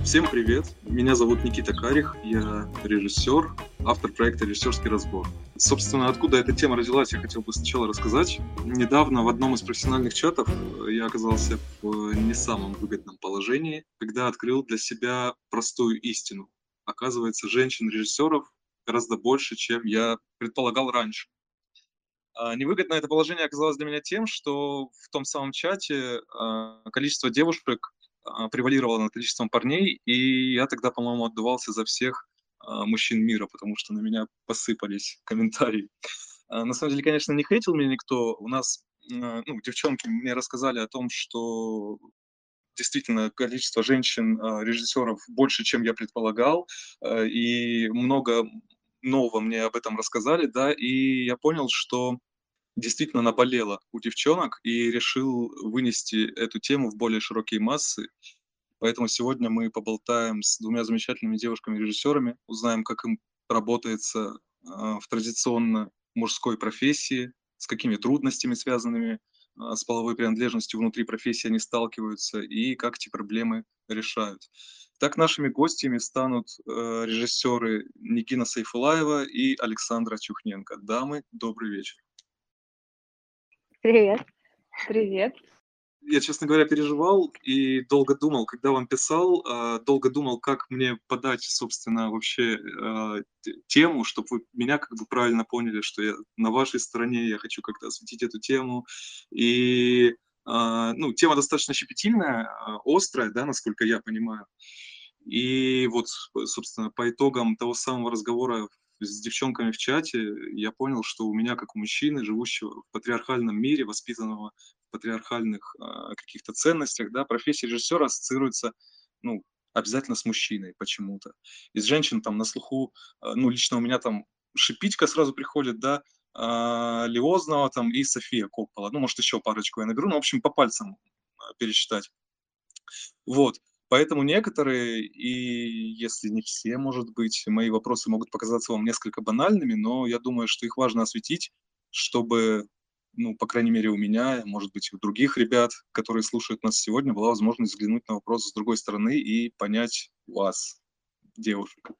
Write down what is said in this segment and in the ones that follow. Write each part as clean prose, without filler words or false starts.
Всем привет! Меня зовут Никита Карих, я режиссер, автор проекта «Режиссерский разбор». Собственно, откуда эта тема родилась, я хотел бы сначала рассказать. Недавно в одном из профессиональных чатов я оказался в не самом выгодном положении, когда открыл для себя простую истину. Оказывается, женщин-режиссеров гораздо больше, чем я предполагал раньше. Невыгодно это положение оказалось для меня тем, что в том самом чате количество девушек превалировало над количеством парней, и я тогда, по-моему, отдувался за всех мужчин мира, потому что на меня посыпались комментарии. На самом деле, конечно, не хейтил меня никто. У нас, девчонки мне рассказали о том, что действительно количество женщин-режиссеров больше, чем я предполагал, и много нового мне об этом рассказали, да, и я понял, что действительно наболело у девчонок, и решил вынести эту тему в более широкие массы. Поэтому сегодня мы поболтаем с двумя замечательными девушками-режиссерами, узнаем, как им работается в традиционно мужской профессии, с какими трудностями, связанными с половой принадлежностью внутри профессии, они сталкиваются, и как эти проблемы решают. Так нашими гостями станут режиссеры Нигина Сайфулаева и Александра Чухненко. Дамы, добрый вечер. Привет. Привет. Я, честно говоря, переживал и долго думал, когда вам писал, долго думал, как мне подать, собственно, вообще тему, чтобы вы меня как бы правильно поняли, что я на вашей стороне, я хочу как-то осветить эту тему. И, тема достаточно щепетильная, острая, да, насколько я понимаю. И вот, собственно, по итогам того самого разговора с девчонками в чате я понял, что у меня, как у мужчины, живущего в патриархальном мире, воспитанного в патриархальных каких-то ценностях, да, профессия режиссера ассоциируется, ну, обязательно с мужчиной почему-то. Из женщин там на слуху, лично у меня там Шипитько сразу приходит, да, Лиознова там и София Коппола. Ну, может, еще парочку я наберу, ну, в общем, по пальцам пересчитать. Вот. Поэтому некоторые, и если не все, может быть, мои вопросы могут показаться вам несколько банальными, но я думаю, что их важно осветить, чтобы, по крайней мере, у меня, может быть, и у других ребят, которые слушают нас сегодня, была возможность взглянуть на вопрос с другой стороны и понять вас, девушек.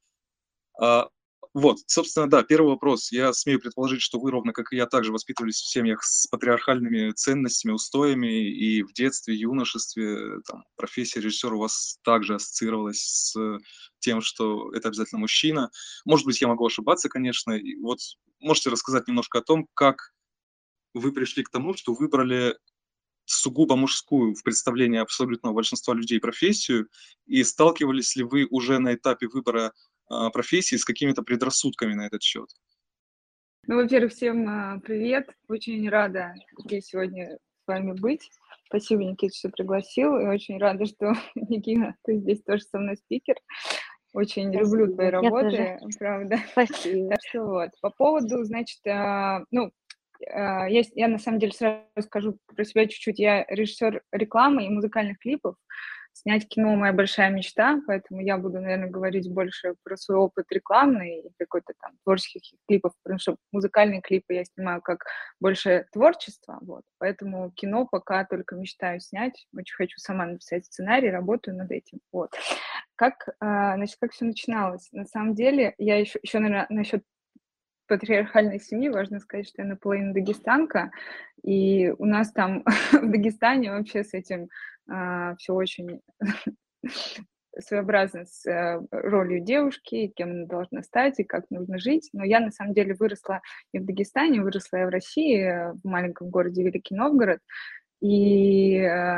Вот, собственно, да, первый вопрос. Я смею предположить, что вы, ровно как и я, также воспитывались в семьях с патриархальными ценностями, устоями, и в детстве, юношестве там, профессия режиссера у вас также ассоциировалась с тем, что это обязательно мужчина. Может быть, я могу ошибаться, конечно. И вот можете рассказать немножко о том, как вы пришли к тому, что выбрали сугубо мужскую в представлении абсолютного большинства людей профессию, и сталкивались ли вы уже на этапе выбора профессии с какими-то предрассудками на этот счет? Ну, во-первых, всем привет. Очень рада здесь сегодня с вами быть. Спасибо, Никита, что пригласил. И очень рада, что, Никита, ты здесь тоже со мной спикер. Очень люблю твои Спасибо. Я тоже. работы, правда. Спасибо. Так что вот. По поводу, значит, я на самом деле сразу скажу про себя чуть-чуть. Я режиссер рекламы и музыкальных клипов. Снять кино — моя большая мечта, поэтому я буду, наверное, говорить больше про свой опыт рекламный и какой-то там творческих клипов, потому что музыкальные клипы я снимаю как больше творчество, вот. Поэтому кино пока только мечтаю снять. Очень хочу сама написать сценарий, работаю над этим, вот. Значит, как все начиналось? На самом деле, я еще, наверное, насчет патриархальной семьи важно сказать, что я наполовину дагестанка, и у нас там в Дагестане вообще с этим все очень своеобразно с ролью девушки, кем она должна стать и как нужно жить. Но я на самом деле выросла не в Дагестане, выросла я в России, в маленьком городе Великий Новгород. И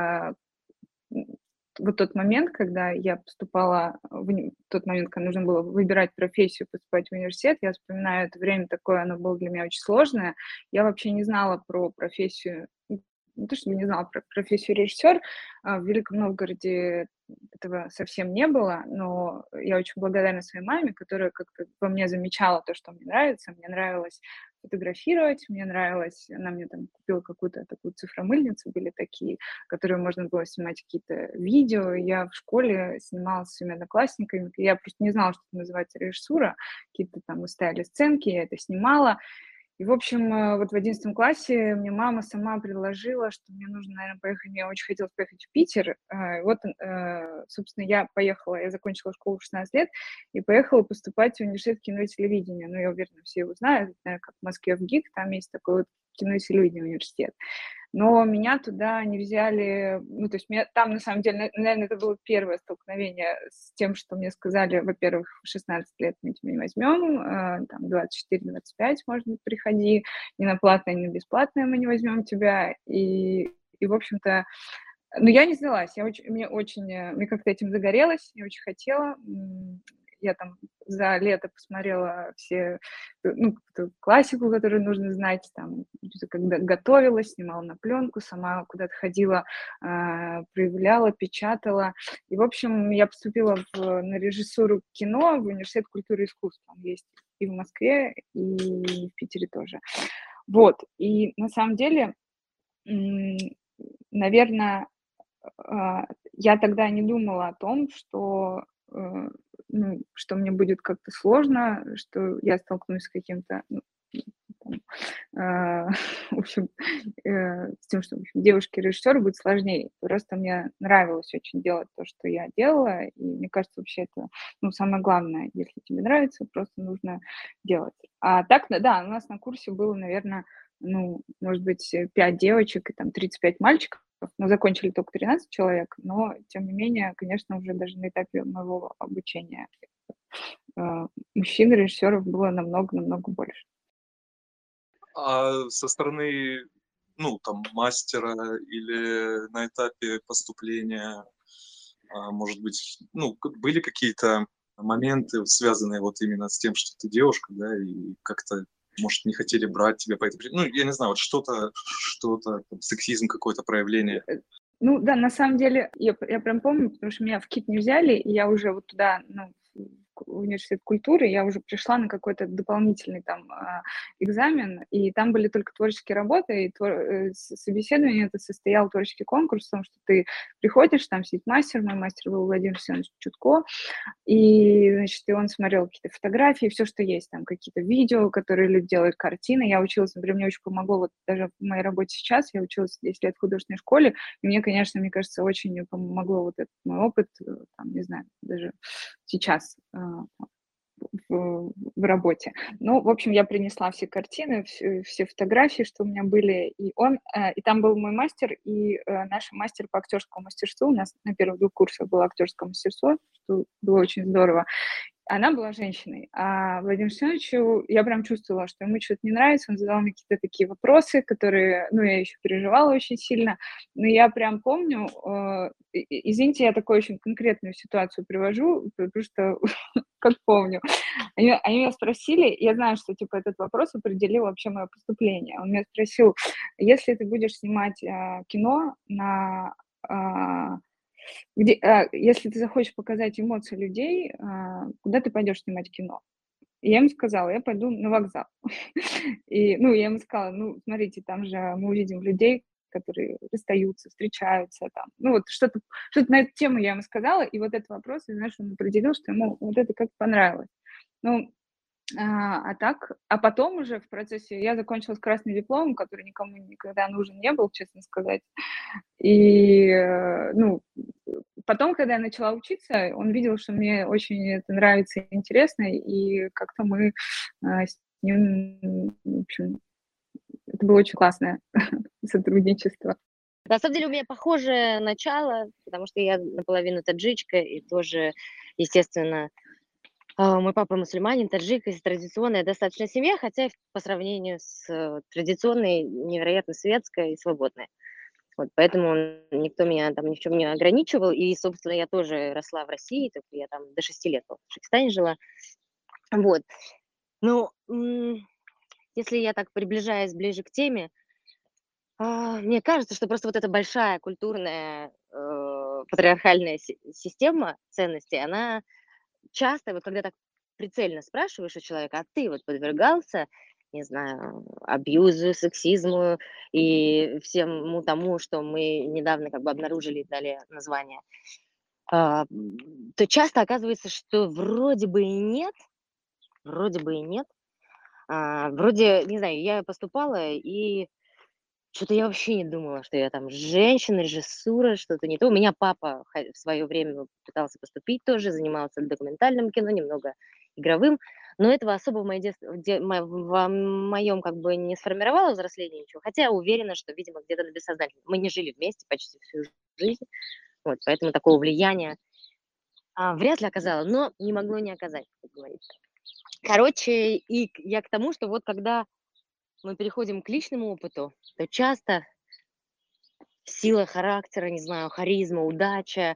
вот тот момент, когда я поступала, тот момент, когда нужно было выбирать профессию, поступать в университет, я вспоминаю это время такое, оно было для меня очень сложное. Я вообще не знала про профессию, не то, чтобы не знала про профессию режиссер, в Великом Новгороде этого совсем не было, но я очень благодарна своей маме, которая как-то во мне замечала то, что мне нравится. Мне нравилось фотографировать, мне нравилось, она мне там купила какую-то такую цифромыльницу, были такие, которые можно было снимать какие-то видео. Я в школе снимала с своими одноклассниками, я просто не знала, что это называется режиссура, какие-то там мы ставили сценки, я это снимала. И, в общем, вот в 11 классе мне мама сама предложила, что мне нужно, наверное, поехать. Мне очень хотелось поехать в Питер. Вот, собственно, я закончила школу в 16 лет и поехала поступать в университет кино и телевидения. Ну, я уверена, все его знают, наверное, как в Москве в ГИК, там есть такой вот кино и телевидение университет. Но меня туда не взяли, ну, то есть меня там, на самом деле, наверное, это было первое столкновение с тем, что мне сказали, во-первых, в 16 лет мы тебя не возьмем, там 24-25, может быть, приходи, ни на платное, ни на бесплатное мы не возьмем тебя, и в общем-то, ну, я не сдалась, мне как-то этим загорелось, я очень хотела, я там за лето посмотрела все, ну, какую-то классику, которую нужно знать, там, когда готовилась, снимала на пленку, сама куда-то ходила, проявляла, печатала. И, в общем, я поступила на режиссуру кино в университет культуры и искусств. Он есть и в Москве, и в Питере тоже. Вот. И на самом деле, наверное, я тогда не думала о том, что, ну, что мне будет как-то сложно, что я столкнусь с каким-то, ну, там, в общем, с тем, что, в общем, девушке-режиссеру будет сложнее. Просто мне нравилось очень делать то, что я делала, и мне кажется, вообще это, ну, самое главное, если тебе нравится, просто нужно делать. А так, да, у нас на курсе было, наверное, ну, может быть, 5 девочек и там 35 мальчиков, мы закончили только 13 человек, но, тем не менее, конечно, уже даже на этапе моего обучения мужчин-режиссеров было намного-намного больше. А со стороны, ну, там, мастера или на этапе поступления, может быть, ну, были какие-то моменты, связанные вот именно с тем, что ты девушка, да, и как-то, может, не хотели брать тебя по этой причине? Ну, я не знаю, вот что-то, там, сексизм какое-то проявление. Ну да, на самом деле, я прям помню, потому что меня в КИТ не взяли, и я уже вот туда, ну, в университет культуры, я уже пришла на какой-то дополнительный там экзамен, и там были только творческие работы, и собеседование это состоял творческий конкурс, в том, что ты приходишь, там сидит мастер, мой мастер был Владимир Семенович Чутко, и, значит, и он смотрел какие-то фотографии, все, что есть, там какие-то видео, которые люди делают, картины. Я училась, например, мне очень помогло, вот даже в моей работе сейчас, я училась 10 лет в художественной школе, и мне, конечно, мне кажется, очень помогло вот этот мой опыт, там, не знаю, даже сейчас в работе. Ну, в общем, я принесла все картины, все фотографии, что у меня были, и там был мой мастер, и наш мастер по актерскому мастерству, у нас на первых 2 курсах было актерское мастерство, что было очень здорово. Она была женщиной, а Владимиру Семеновичу я прям чувствовала, что ему что-то не нравится, он задал мне какие-то такие вопросы, которые, ну, я еще переживала очень сильно, но я прям помню, извините, я такую очень конкретную ситуацию привожу, потому что как помню. Они меня спросили, я знаю, что, типа, этот вопрос определил вообще мое поступление. Он меня спросил: "Если ты будешь снимать, кино если ты захочешь показать эмоции людей, куда ты пойдешь снимать кино?" И я ему сказала: "Я пойду на вокзал". И, ну, я ему сказала: "Ну, смотрите, там же мы увидим людей, которые расстаются, встречаются там". Ну, вот что-то на эту тему я ему сказала, и вот этот вопрос, и, знаешь, он определил, что ему вот это как понравилось. Ну, а потом уже в процессе я закончила с красным дипломом, который никому никогда нужен не был, честно сказать. И, ну, потом, когда я начала учиться, он видел, что мне очень это нравится и интересно, и как-то мы с ним, в общем, это было очень классное сотрудничество. На самом деле у меня похожее начало, потому что я наполовину таджичка, и тоже, естественно, мой папа мусульманин, таджик, из традиционная достаточно семья, хотя по сравнению с традиционной невероятно светская и свободная. Вот, поэтому никто меня там ни в чем не ограничивал, и, собственно, я тоже росла в России, только я там до 6 лет в Таджикистане жила. Вот. Ну, если я так приближаюсь ближе к теме, мне кажется, что просто вот эта большая культурная патриархальная система ценностей, она часто, вот когда так прицельно спрашиваешь у человека: "А ты вот подвергался, не знаю, абьюзу, сексизму и всему тому, что мы недавно как бы обнаружили и дали название?" То часто оказывается, что вроде бы и нет, Вроде, не знаю, я поступала, и что-то я вообще не думала, что я там женщина, режиссура, что-то не то. У меня папа в свое время пытался поступить тоже, занимался документальным кино, немного игровым, но этого особо в моей в моем как бы не сформировало взросление ничего. Хотя я уверена, что, видимо, где-то на бессознательном. Мы не жили вместе почти всю жизнь, вот, поэтому такого влияния вряд ли оказало, но не могло не оказать, как говорится. Короче, я к тому, что вот когда мы переходим к личному опыту, то часто сила характера, не знаю, харизма, удача,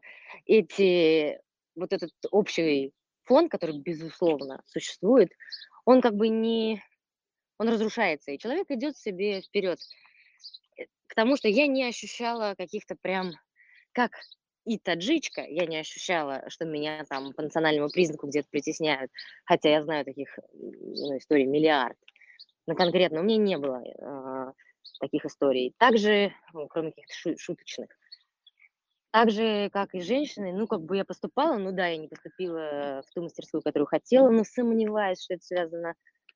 вот этот общий фон, который, безусловно, существует, он как бы не, он разрушается, и человек идет себе вперед. К тому, что я не ощущала каких-то прям, как и таджичка, я не ощущала, что меня там по национальному признаку где-то притесняют, хотя я знаю таких историй миллиард. Но конкретно у меня не было таких историй. Также, кроме каких-то шуточных. Так же, как и женщины, ну, как бы я поступала, ну да, я не поступила в ту мастерскую, которую хотела, но сомневаюсь, что это связано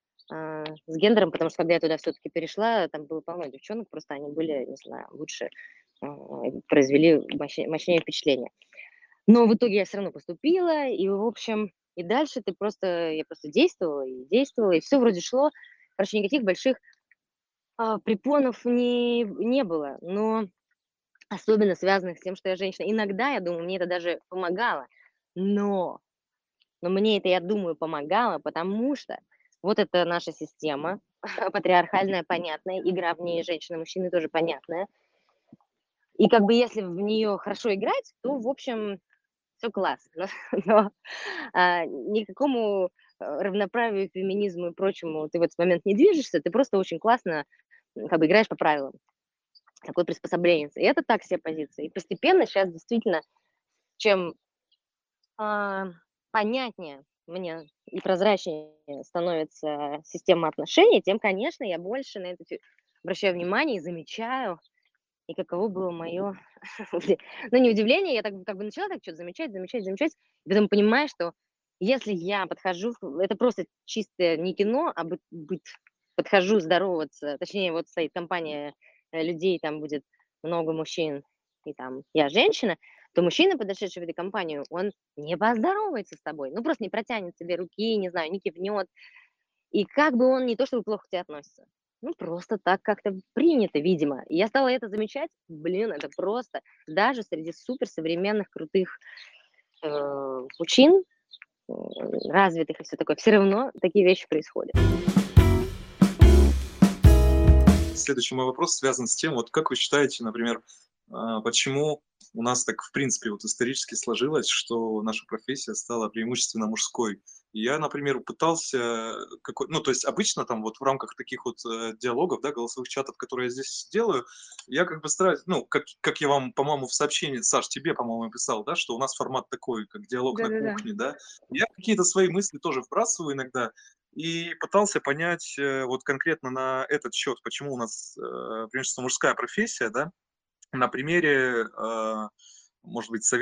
с гендером, потому что когда я туда все-таки перешла, там было полно девчонок, просто они были, не знаю, лучше, произвели мощнее впечатление. Но в итоге я все равно поступила, и, в общем, и дальше я просто действовала, и все вроде шло. Короче, никаких больших препонов не было, но особенно связанных с тем, что я женщина. Иногда, я думаю, мне это даже помогало, но мне это, я думаю, помогало, потому что вот эта наша система патриархальная, понятная, игра в ней женщины-мужчины тоже понятная. И как бы если в нее хорошо играть, то, в общем, все классно. Но никакому равноправию, феминизму и прочему ты в этот момент не движешься, ты просто очень классно как бы играешь по правилам. Такой приспособленец. И это так себе позиция. И постепенно сейчас действительно, чем понятнее мне и прозрачнее становится система отношений, тем, конечно, я больше на это обращаю внимание и замечаю, и каково было мое, ну, не удивление, я так как бы начала так что-то замечать, и потом понимаю, что если я подхожу, это просто чистое не кино, а подхожу здороваться, точнее, вот стоит компания людей, там будет много мужчин, и там я женщина, то мужчина, подошедший в эту компанию, он не поздоровается с тобой, ну, просто не протянет тебе руки, не знаю, не кивнет, и как бы он не то чтобы плохо к тебе относится, ну, просто так как-то принято, видимо. И я стала это замечать, блин, это просто, даже среди суперсовременных крутых мужчин, развитых и все такое, все равно такие вещи происходят. Следующий мой вопрос связан с тем, вот как вы считаете, например, почему у нас так, в принципе, вот исторически сложилось, что наша профессия стала преимущественно мужской? И я, например, пытался, ну, то есть обычно там вот в рамках таких вот диалогов, да, голосовых чатов, которые я здесь делаю, я как бы стараюсь, ну, как я вам, по-моему, в сообщении, Саш, тебе, по-моему, писал, да, что у нас формат такой, как диалог на Да-да-да. кухне, да. Я какие-то свои мысли тоже вбрасываю иногда, и пытался понять вот конкретно на этот счет, почему у нас преимущественно мужская профессия, да, на примере, может быть,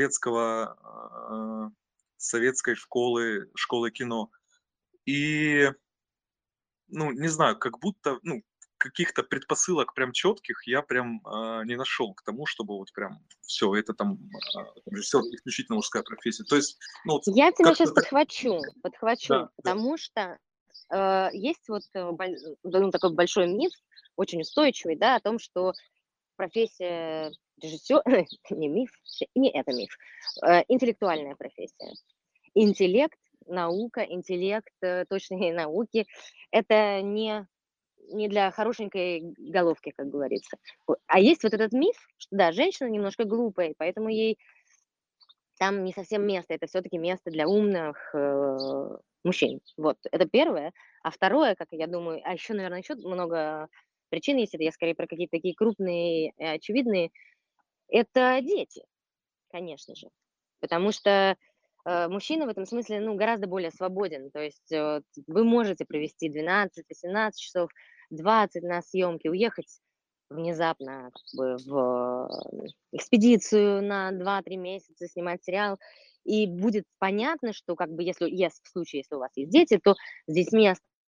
советской школы кино. И, ну, не знаю, как будто, ну, каких-то предпосылок прям четких я прям не нашел к тому, чтобы вот прям все, это там режиссер исключительно мужская профессия. То есть, ну, вот Я тебя как-то сейчас так, подхвачу, да, да. потому что есть вот ну, такой большой миф, очень устойчивый, да, о том, что профессия режиссера, не миф, не это миф, интеллектуальная профессия. Интеллект, наука, интеллект, точные науки – это не для хорошенькой головки, как говорится. А есть вот этот миф, что да, женщина немножко глупая, поэтому ей там не совсем место, это все-таки место для умных мужчин. Вот, это первое. А второе, как я думаю, а еще, наверное, еще много причин есть, это я скорее про какие-то такие крупные, очевидные, это дети, конечно же. Потому что мужчина в этом смысле, ну, гораздо более свободен. То есть вы можете провести 12-18 часов, 20 на съемке, уехать внезапно как бы в экспедицию на 2-3 месяца, снимать сериал. И будет понятно, что как бы если в случае, если у вас есть дети, то с детьми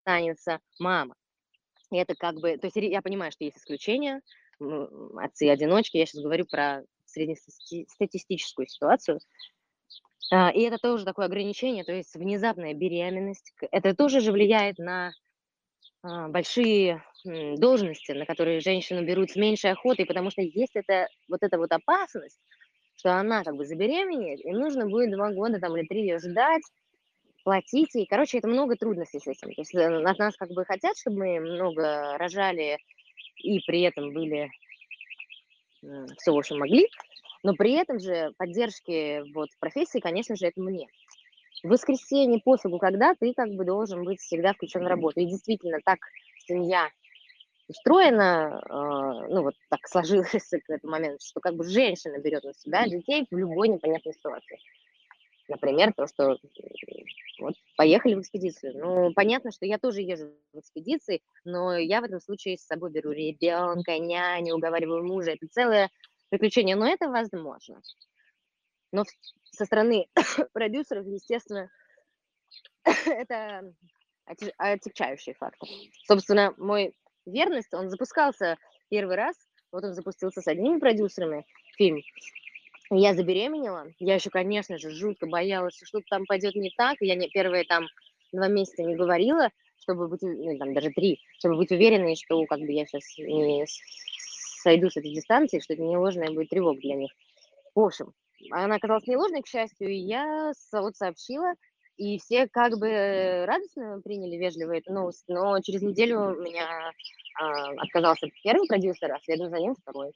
останется мама. И это как бы, то есть я понимаю, что есть исключения, отцы-одиночки, я сейчас говорю про среднестатистическую ситуацию. И это тоже такое ограничение, то есть внезапная беременность. Это тоже же влияет на большие должности, на которые женщину берут с меньшей охотой, потому что есть эта вот опасность, что она как бы забеременеет, и нужно будет 2 года там или 3 ее ждать, платить ей. Короче, это много трудностей с этим. То есть от нас как бы хотят, чтобы мы много рожали и при этом были все, в общем, могли, но при этом же поддержки вот в профессии, конечно же, этому нет. В воскресенье, пофигу, когда ты как бы должен быть всегда включен в работу. И действительно, так семья устроена, ну вот так сложилось к этому моменту, что как бы женщина берет на себя детей в любой непонятной ситуации. Например, то, что вот поехали в экспедицию. Ну, понятно, что я тоже езжу в экспедиции, но я в этом случае с собой беру ребенка, няню, уговариваю мужа. Это целое приключение, но это возможно. Но со стороны продюсеров, естественно, это отягчающий фактор. Собственно, мой «Верность», он запускался первый раз, вот он запустился с одними продюсерами, фильм. Я забеременела, я еще, конечно же, жутко боялась, что что-то там пойдет не так. Я первые там 2 месяца не говорила, чтобы быть, ну, там даже 3, чтобы быть уверенной, что как бы я сейчас не сойду с этой дистанции, что это не ложная будет тревога для них. В общем, она оказалась не ложной, к счастью, и я вот сообщила, и все как бы радостно приняли вежливо эту новость, но через неделю у меня отказался первый продюсер, а следом за ним второй.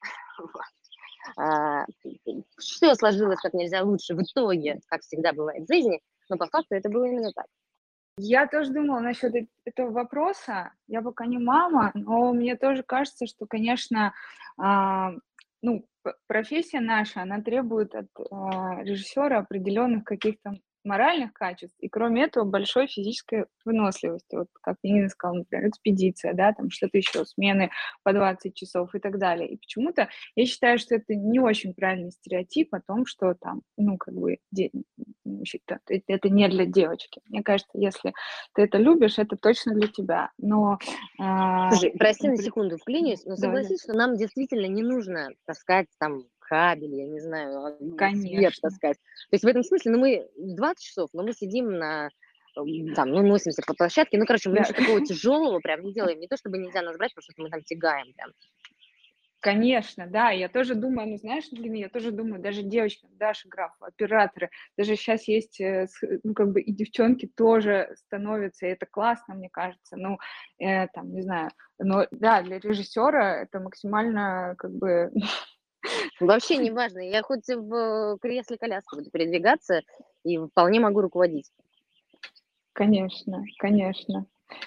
А, Все сложилось как нельзя лучше в итоге, как всегда бывает в жизни, но по факту это было именно так. Я тоже думала насчет этого вопроса. Я пока не мама, но мне тоже кажется, что, конечно, ну, профессия наша, она требует от режиссера определенных каких-то моральных качеств, и кроме этого большой физической выносливости. Вот как Нина сказала, например, экспедиция, да, там что-то еще, смены по 20 часов и так далее. И почему-то я считаю, что это не очень правильный стереотип о том, что там, ну, как бы, это не для девочки. Мне кажется, если ты это любишь, это точно для тебя. Но, Слушай, прости на секунду вклинюсь, но да, согласись, что нам действительно не нужно таскать там кабель, я не знаю, свет конечно. таскать. То есть в этом смысле, ну, мы 20 часов, но мы сидим там, ну, носимся по площадке. Ну, короче, мы Да. ничего такого тяжелого прям не делаем. Не то, чтобы нельзя нас брать, потому что мы там тягаем прям. Конечно, да, я тоже думаю, ну, знаешь, блин, я тоже думаю, даже девочки, Даша Граф, операторы, даже сейчас есть, ну, как бы и девчонки тоже становятся, и это классно, мне кажется, ну, там, не знаю, но, да, для режиссера это максимально, как бы, Вообще не важно. Я хоть в кресле коляски буду передвигаться и вполне могу руководить. конечно, конечно.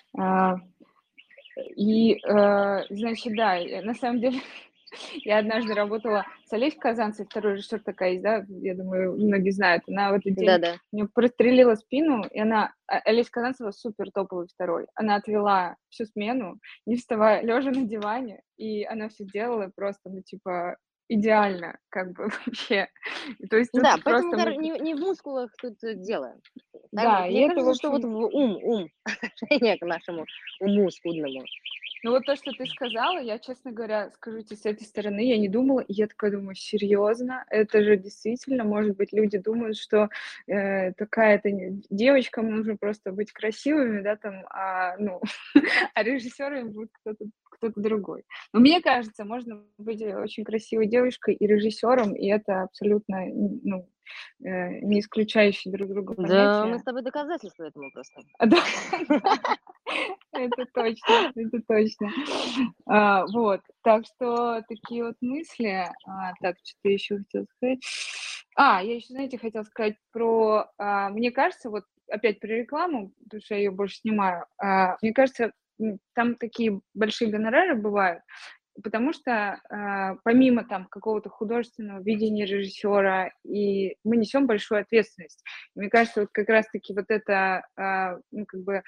Значит, да, на самом деле, я однажды работала с Олесей Казанцевой, второй режиссер такая есть, да, я думаю, многие знают. Она в этот день Да-да. мне прострелила спину, и Олеся Казанцева супер топовый второй. Она отвела всю смену, не вставая, лежа на диване, и она все делала просто, ну, типа, идеально, как бы вообще. То есть тут Да, поэтому просто... не в мускулах тут дело. Да, и Мне это, в кажется, что вот общем, в ум, отношение к нашему уму скудному. ну вот то, что ты сказала, я, честно говоря, скажу тебе, с этой стороны я не думала, и я такая думаю, серьезно, это же действительно, может быть, люди думают, что такая-то девочкам нужно просто быть красивыми, да, там, ну, а режиссером будет кто-то другой. Но мне кажется, можно быть очень красивой девушкой и режиссером, и это абсолютно, ну, не исключающие друг друга Да, мы понятия. с тобой доказательства этому просто. Да, это точно, это точно. Вот, так что такие вот мысли. Так, что-то еще хотела сказать. Я еще, знаете, хотела сказать про... Мне кажется, вот опять про рекламу, потому что я ее больше снимаю, мне кажется, там такие большие гонорары бывают, потому что помимо там какого-то художественного видения режиссера, и мы несем большую ответственность. И мне кажется, вот как раз-таки вот это, ну, как бы,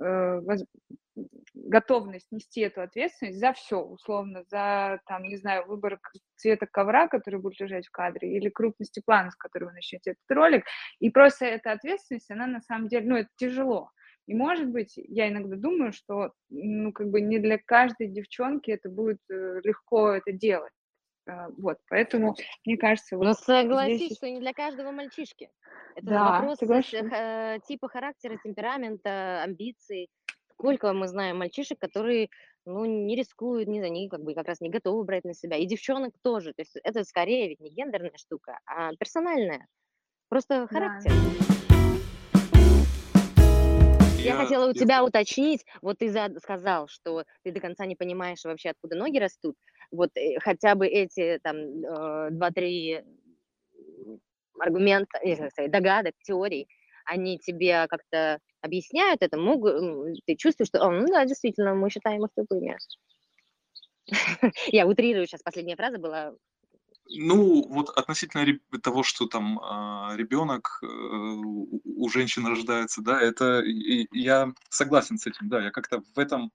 готовность нести эту ответственность за все, условно, за, там, не знаю, выбор цвета ковра, который будет лежать в кадре, или крупности плана, с которого вы начнете этот ролик. И просто эта ответственность, она на самом деле, ну, это тяжело. И, может быть, я иногда думаю, что, ну, как бы не для каждой девчонки это будет легко это делать. Вот, поэтому, мне кажется, вот Но здесь... согласись, что и не для каждого мальчишки. Это Да, вопрос соглашусь. типа характера, темперамента, амбиций. Сколько мы знаем мальчишек, которые, ну, не рискуют, не за них, как бы как раз не готовы брать на себя. И девчонок тоже. То есть это скорее ведь не гендерная штука, а персональная. Просто Да, характер. Я хотела у Я тебя уточнить, вот ты сказал, что ты до конца не понимаешь вообще, откуда ноги растут. Вот хотя бы эти там 2-3 аргумента, как сказать, догадок, теорий, они тебе как-то объясняют это? Ты чувствуешь, что, ну да, действительно, мы считаем их тупыми. Я утрирую сейчас, последняя фраза была. Ну, вот относительно того, что там ребенок у женщин рождается, да, это я согласен с этим, да, я как-то в этом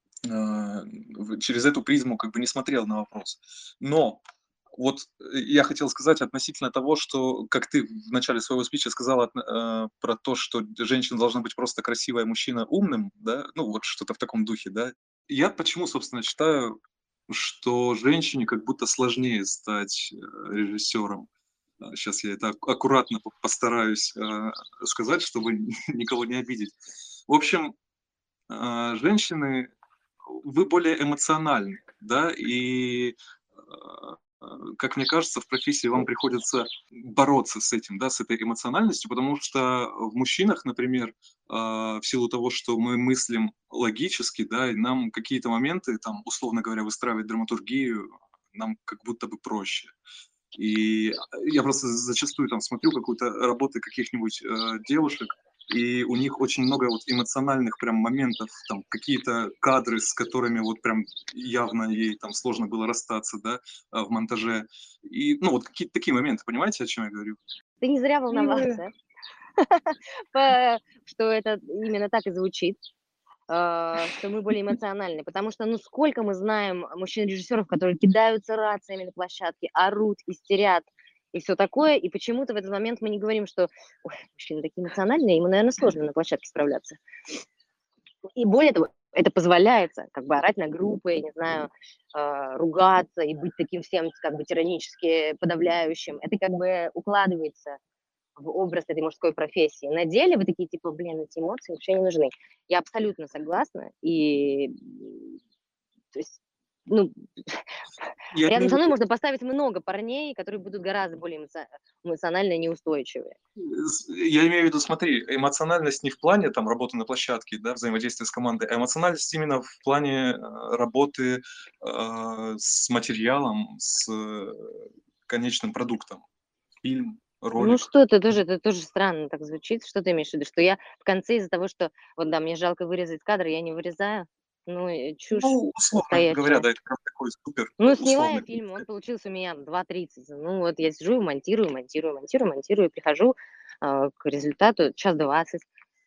через эту призму как бы не смотрел на вопрос. Но вот я хотел сказать относительно того, что, как ты в начале своего спича сказала про то, что женщина должна быть просто красивой, а мужчина умным, да, ну вот что-то в таком духе, да. Я почему, собственно, считаю, что женщине как будто сложнее стать режиссером. Сейчас я это аккуратно постараюсь сказать, чтобы никого не обидеть. В общем, женщины, вы более эмоциональны, да, и, как мне кажется, в профессии вам приходится бороться с этим, да, с этой эмоциональностью, потому что в мужчинах, например, в силу того, что мы мыслим логически, да, и нам какие-то моменты, там, условно говоря, выстраивать драматургию, нам как будто бы проще. И я просто зачастую там смотрю какую-то работы каких-нибудь девушек, и у них очень много вот эмоциональных прям моментов, там какие-то кадры, с которыми вот прям явно ей там сложно было расстаться, да, в монтаже. И, ну, вот какие-то такие моменты, понимаете, о чем я говорю? Ты не зря милые. волновался, что это именно так и звучит. Что мы более эмоциональны. Потому что, ну, сколько мы знаем мужчин-режиссеров, которые кидаются рациями на площадке, орут, истерят и все такое, и почему-то в этот момент мы не говорим, что ой, мужчины такие эмоциональные, ему, наверное, сложно на площадке справляться. И более того, это позволяется, как бы орать на группы, я не знаю, ругаться и быть таким всем как бы тиранически подавляющим. Это как бы укладывается в образ этой мужской профессии. На деле вы такие, типа, блин, эти эмоции вообще не нужны. Я абсолютно согласна. И, то есть, ну, Я рядом имею со в мной виду, можно поставить много парней, которые будут гораздо более эмоционально неустойчивые. я имею в виду, смотри, эмоциональность не в плане там работы на площадке, да, взаимодействия с командой, а эмоциональность именно в плане работы с материалом, с конечным продуктом. Фильм, Ну ролик. что, это тоже странно так звучит. Что ты имеешь в виду? Что я в конце из-за того, что вот да, мне жалко вырезать кадр, я не вырезаю. Ну, чушь Ну, условно говоря, настоящая. да, это прям такой супер Ну, снимая условный фильм, он пример. получился у меня 2:30. Ну, вот я сижу, монтирую, и прихожу, к результату 1:20.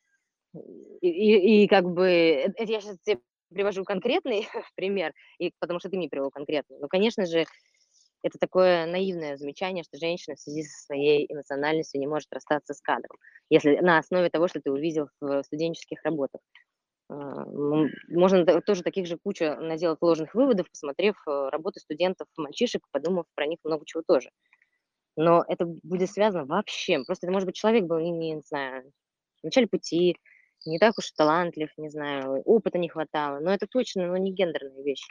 И как бы это я сейчас тебе привожу конкретный пример, и потому что ты мне привел конкретный. Ну, конечно же, это такое наивное замечание, что женщина в связи со своей эмоциональностью не может расстаться с кадром, если на основе того, что ты увидел в студенческих работах. Можно тоже таких же кучу наделать ложных выводов, посмотрев работы студентов, мальчишек, подумав про них много чего тоже. Но это будет связано вообще. Просто это, может быть, человек был, не знаю, в начале пути, не так уж талантлив, не знаю, опыта не хватало. Но это точно, ну, не гендерная вещь.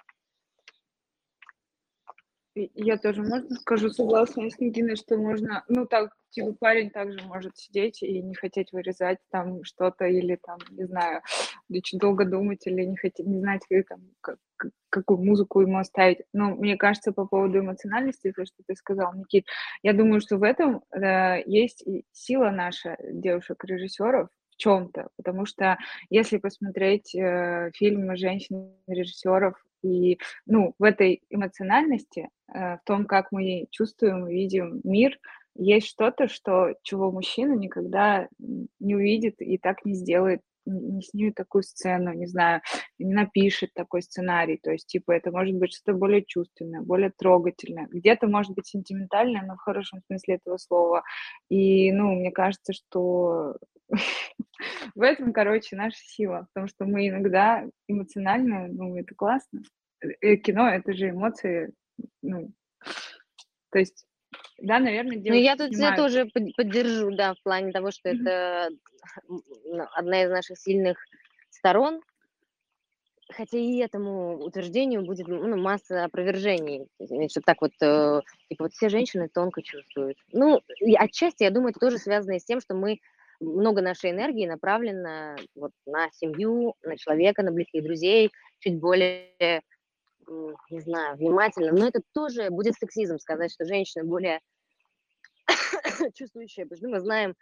Я тоже, можно скажу, согласна с Нигиной, что можно, ну, так, типа, парень также может сидеть и не хотеть вырезать там что-то, или там, не знаю, очень долго думать, или не хотеть, не знать, там, какую музыку ему оставить. Но мне кажется, по поводу эмоциональности, то, что ты сказал, Никит, я думаю, что в этом есть и сила наша, девушек-режиссеров, в чем-то, потому что если посмотреть фильмы женщин-режиссеров и ну, в этой эмоциональности, в том, как мы чувствуем, видим мир, есть что-то, чего мужчина никогда не увидит и так не сделает не снимет такую сцену, не знаю, не напишет такой сценарий. То есть, типа, это может быть что-то более чувственное, более трогательное. Где-то может быть сентиментальное, но в хорошем смысле этого слова. И, ну, мне кажется, что в этом, короче, наша сила, потому что мы иногда эмоционально, ну, это классно. Кино — это же эмоции, ну, то есть, да, наверное, Ну, я девушки тут тебя снимают. тоже поддержу, да, в плане того, что Мгм. это одна из наших сильных сторон, хотя и этому утверждению будет, ну, масса опровержений. Что так вот, типа, вот все женщины тонко чувствуют. Ну, и отчасти, я думаю, это тоже связано и с тем, что много нашей энергии направлено вот на семью, на человека, на близких друзей, чуть более, не знаю, внимательно. Но это тоже будет сексизм сказать, что женщины более чувствующие, потому что мы знаем,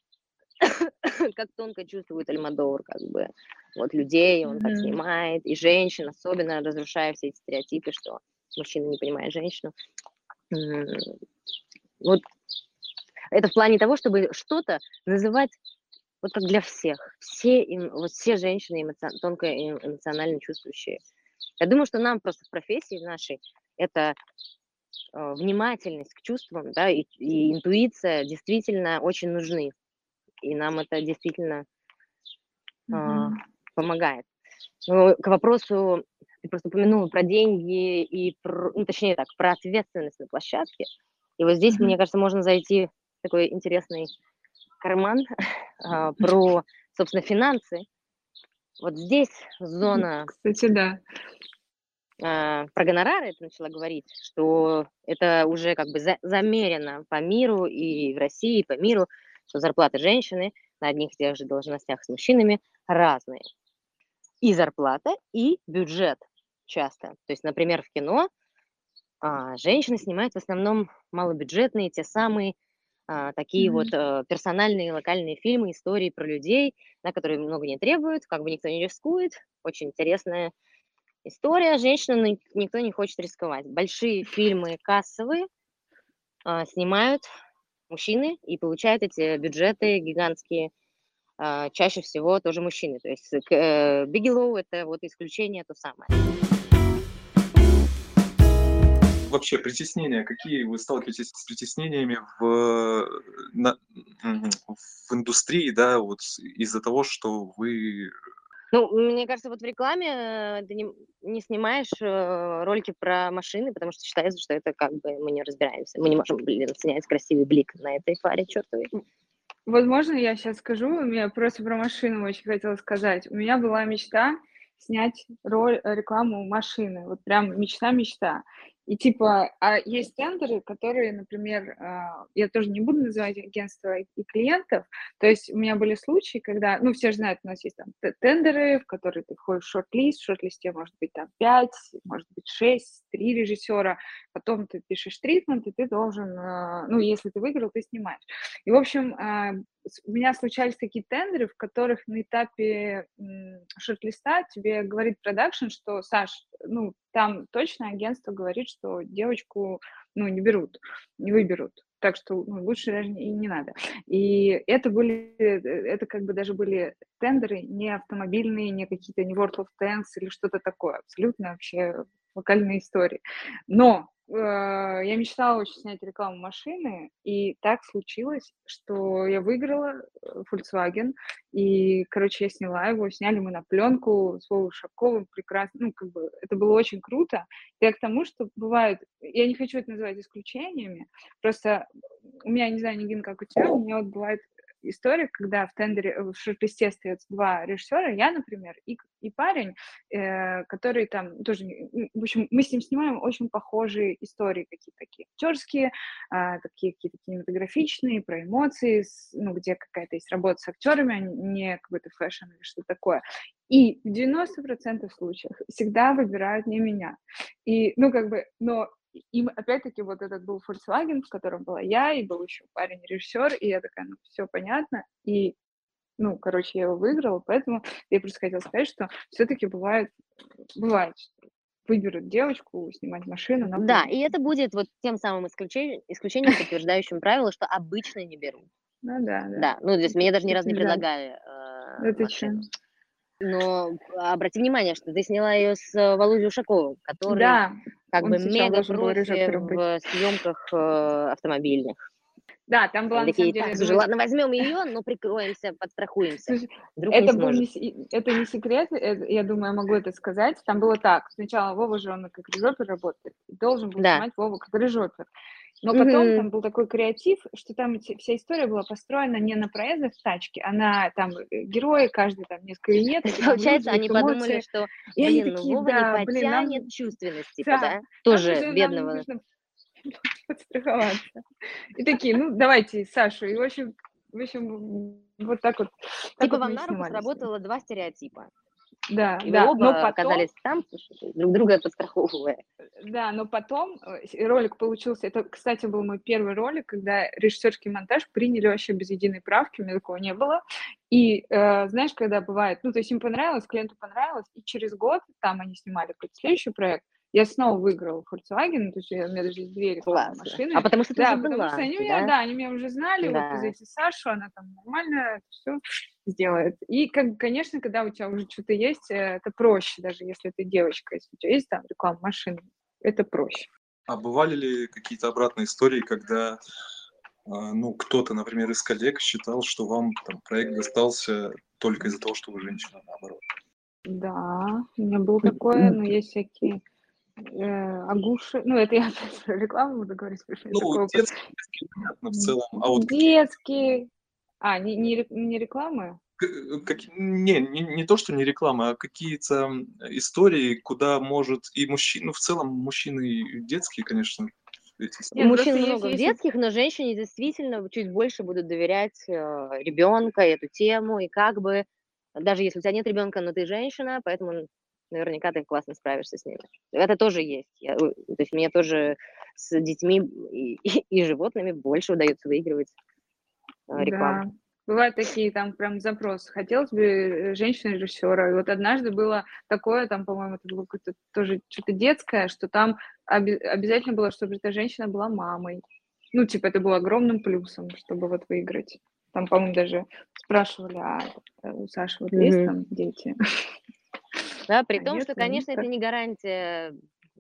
как тонко чувствует Альмадовр, как бы, вот людей, он так Мгм. снимает, и женщин, особенно разрушая все эти стереотипы, что мужчина не понимает женщину. М, Вот это в плане того, чтобы что-то называть вот как для всех. Вот все женщины тонко эмоционально чувствующие. Я думаю, что нам просто в профессии нашей это внимательность к чувствам, да, и интуиция действительно очень нужны. И нам это действительно а, Мгм. помогает. Ну, к вопросу, ты просто упомянула про деньги и ну, точнее так, про ответственность на площадке. И вот здесь, Мгм. мне кажется, можно зайти в такой интересный карман про, собственно, финансы. Вот здесь зона Кстати, да. про гонорары ты начала говорить, что это уже как бы замерено по миру и в России, и по миру, что зарплаты женщины на одних и тех же должностях с мужчинами разные. И зарплата, и бюджет часто. То есть, например, в кино женщины снимают в основном малобюджетные, те самые такие вот Мгм. персональные локальные фильмы, истории про людей, на которые много не требуют, как бы никто не рискует. Очень интересная история. Женщинам никто не хочет рисковать. Большие фильмы кассовые снимают мужчины и получают эти бюджеты гигантские. Чаще всего тоже мужчины. То есть Бигелоу — это вот исключение то самое. Вообще притеснения, какие вы сталкиваетесь с притеснениями в, на в индустрии, да, вот из-за того, что вы Ну, мне кажется, вот в рекламе ты не снимаешь ролики про машины, потому что считается, что это как бы мы не разбираемся. Мы не можем, блин, снять красивый блик на этой фаре чертовой. Возможно, я сейчас скажу, мне просто про машину очень хотела сказать. У меня была мечта снять рекламу машины, вот прям мечта-мечта. И типа, есть тендеры, которые, например, я тоже не буду называть агентство и клиентов, то есть у меня были случаи, когда, ну, все же знают, у нас есть там тендеры, в которые ты входишь в шорт-лист, в шорт-листе может быть там 5, может быть 6, 3 режиссера, потом ты пишешь тритмент, и ты должен, ну, если ты выиграл, ты снимаешь. И, в общем, у меня случались такие тендеры, в которых на этапе шорт-листа тебе говорит продакшн, что, Саш, ну, там точно агентство говорит, что девочку, ну, не берут, не выберут. Так что ну, лучше даже и не надо. И это как бы даже были тендеры не автомобильные, не какие-то, не World of Tanks или что-то такое. Абсолютно вообще локальные истории. Но я мечтала очень снять рекламу машины, и так случилось, что я выиграла Volkswagen, и, короче, я сняла его, сняли мы на пленку с Вовой Ушаковым, прекрасно, ну, как бы, это было очень круто. Я к тому, что бывает, я не хочу это называть исключениями, просто у меня, не знаю, Нигин, как у тебя, у меня вот бывает история, когда в тендере, в шорт-листе остается 2 режиссера, я, например, и парень, который там тоже, в общем, мы с ним снимаем очень похожие истории, какие-то такие актерские, такие какие-то кинематографичные, про эмоции, ну, где какая-то есть работа с актерами, а не какой-то фэшн или что-то такое. И в 90% случаев всегда выбирают не меня. И, ну, как бы, но им опять-таки вот этот был Volkswagen, в котором была я, и был еще парень-режиссер, и я такая, ну, все понятно, и ну, короче, я его выиграла, поэтому я просто хотела сказать, что все-таки бывает, что выберут девочку снимать машину на Да, и пленку. это будет вот тем самым исключением, подтверждающим правило, что обычно не берут. Ну да, да. Да, ну, то есть Это, мне даже ни разу очень не жаль. предлагали Это чё? машину. Но обрати внимание, что ты сняла ее с Володей Ушаковым, который Да, как он бы сначала должен был мега-профи режиссером быть. в съемках автомобильных. Да, там была Они на самом такие, так, деле слушай, мы ладно, возьмем ее, но прикроемся, подстрахуемся. Слушай, Вдруг не это был сможет. это не секрет, я думаю, я могу это сказать. Там было так: сначала Вова же, он как режиссер работает, и должен был Да. снимать Вову как режиссер. Но потом Мгм. там был такой креатив, что там вся история была построена не на проездах в тачке, а на там герои, каждый там несколько То виньеток, есть, и там получается, люди, они их подумали, эмоции. что, И они блин, ну такие: Вова не да, блин, потянет нам чувственность, типа, да, да? Тоже нам бедного. нужно подстраховаться. И такие: ну, давайте Сашу. И, в общем, вот так вот Типа мы вам и на руку снимали с ним. сработало два стереотипа. Да, И вы да, но оба потом оказались там, друг друга подстраховывая. Да, но потом, ролик получился. Это, кстати, был мой первый ролик, когда режиссерский монтаж приняли вообще без единой правки, у меня такого не было. И, знаешь, когда бывает, ну, то есть им понравилось, клиенту понравилось, и через год, там они снимали какой-то следующий проект, я снова выиграла Volkswagen, то есть у меня даже есть 2 рекламные Классно. А машины. потому что ты Да, уже потому что была, они меня, да? да, они меня уже знали, вот Да. позовите Сашу, она там нормально все сделает. И, конечно, когда у тебя уже что-то есть, это проще, даже если ты девочка, если у тебя есть там реклама машины, это проще. А бывали ли какие-то обратные истории, когда, ну, кто-то, например, из коллег считал, что вам там проект достался только из-за того, что вы женщина, наоборот? Да, у меня было такое, но есть всякие агуши. Ну, это я опять про рекламу буду говорить, потому что у меня Ну, такой опыт. детские, понятно, в целом, а вот какие Детские. Не рекламы? не то, что не реклама, а какие-то истории, куда может и мужчина, ну, в целом мужчины и детские, конечно, эти У Нет, истории. просто мужчин много в если детских, но женщине действительно чуть больше будут доверять ребенка, эту тему, и как бы, даже если у тебя нет ребенка, но ты женщина, поэтому наверняка ты классно справишься с ними. Это тоже есть. То есть мне тоже с детьми и животными больше удается выигрывать рекламу. Да, бывают такие там прям запросы. Хотелось бы женщину-режиссера. И вот однажды было такое, там, по-моему, это было какое-то тоже что-то детское, что там обязательно было, чтобы эта женщина была мамой. Ну, типа, это было огромным плюсом, чтобы вот выиграть. Там, по-моему, даже спрашивали, у Саши вот есть Мгм. там дети? Да, при А том, нет, что, ну, конечно, это так. не гарантия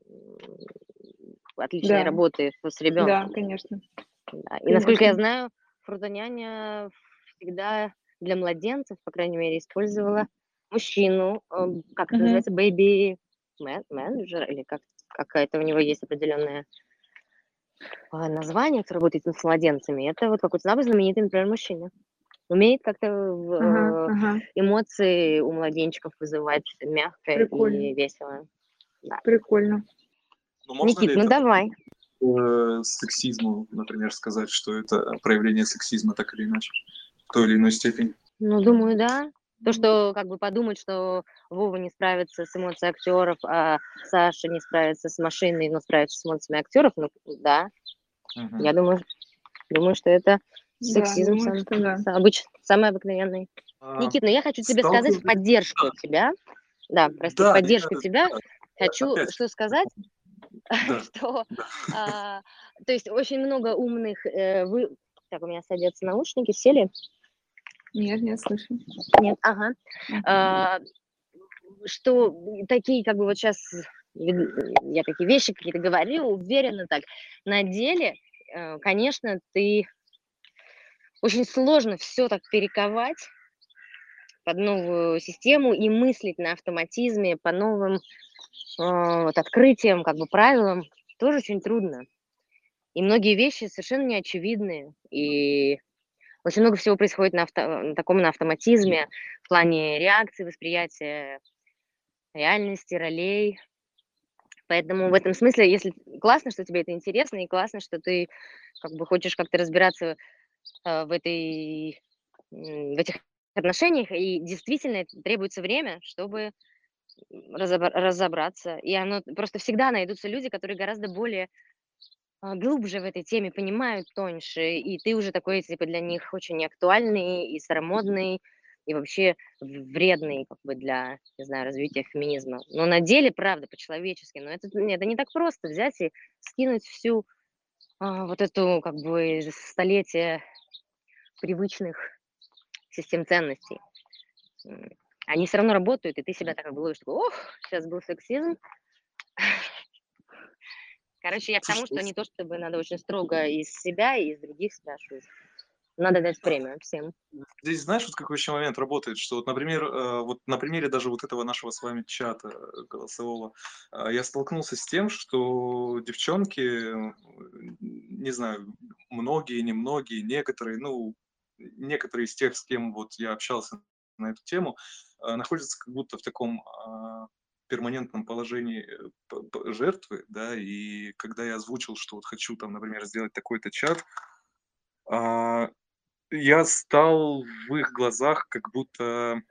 отличной Да, работы с да, ребенком. конечно, Да. И насколько я конечно. знаю, фрутоняня всегда для младенцев, по крайней мере, использовала мужчину, как это Мгм. называется, baby менеджер, или как какая-то у него есть определенное название, кто работает с младенцами. Это вот какой-то самый знаменитый, например, мужчина. Умеет как-то Ага, ага. эмоции у младенчиков вызывать мягко Прикольно, и весело. Да. прикольно. Ну, можно Никит, ли ну это давай. сексизму, например, сказать, что это проявление сексизма так или иначе, в той или иной степени? Ну, думаю, да. То, что как бы подумать, что Вова не справится с эмоцией актеров, а Саша не справится с машиной, но справится с эмоциями актеров, ну да. Мгм. Я думаю, что это Да, сексизм думаю, что да. самый обыкновенный. А, Никит, ну я хочу тебе сказать в сталкивались? поддержку тебя. Да, прости, в Да, я, поддержку тебя хочу опять, что сказать, да, что да. а, то есть очень много умных Так, у меня садятся наушники, сели? Нет, нет, слышу. Нет, ага. Мгм. А, что такие, как бы вот сейчас я такие вещи какие-то говорю, уверенно так. На деле, конечно, ты очень сложно все так перековать под новую систему и мыслить на автоматизме по новым вот открытиям, как бы правилам. Тоже очень трудно. И многие вещи совершенно неочевидные. И очень много всего происходит на таком на автоматизме в плане реакции, восприятия реальности, ролей. Поэтому в этом смысле, если классно, что тебе это интересно, и классно, что ты как бы хочешь как-то разбираться в этих отношениях, и действительно это требуется время, чтобы разобраться. И оно просто всегда найдутся люди, которые гораздо более глубже в этой теме, понимают тоньше, и ты уже такой, типа, для них очень актуальный и старомодный, и вообще вредный, как бы, для, не знаю, развития феминизма. Но на деле, правда, по-человечески, но это не так просто взять и скинуть всю вот эту, как бы, столетие привычных систем ценностей. они все равно работают, и ты себя так как бы ловишь, такой, ох, сейчас был сексизм. Короче, я к тому, Слушай, что не то, чтобы надо очень строго из себя и из других спрашивать. Надо дать время всем. здесь знаешь, вот какой еще момент работает, что вот, например, вот на примере даже вот этого нашего с вами чата голосового, я столкнулся с тем, что девчонки, не знаю, многие, немногие, некоторые, ну, некоторые из тех, с кем вот я общался на эту тему, находятся как будто в таком перманентном положении жертвы, да, и когда я озвучил, что вот хочу там, например, сделать такой-то чат, а, я стал в их глазах как будто,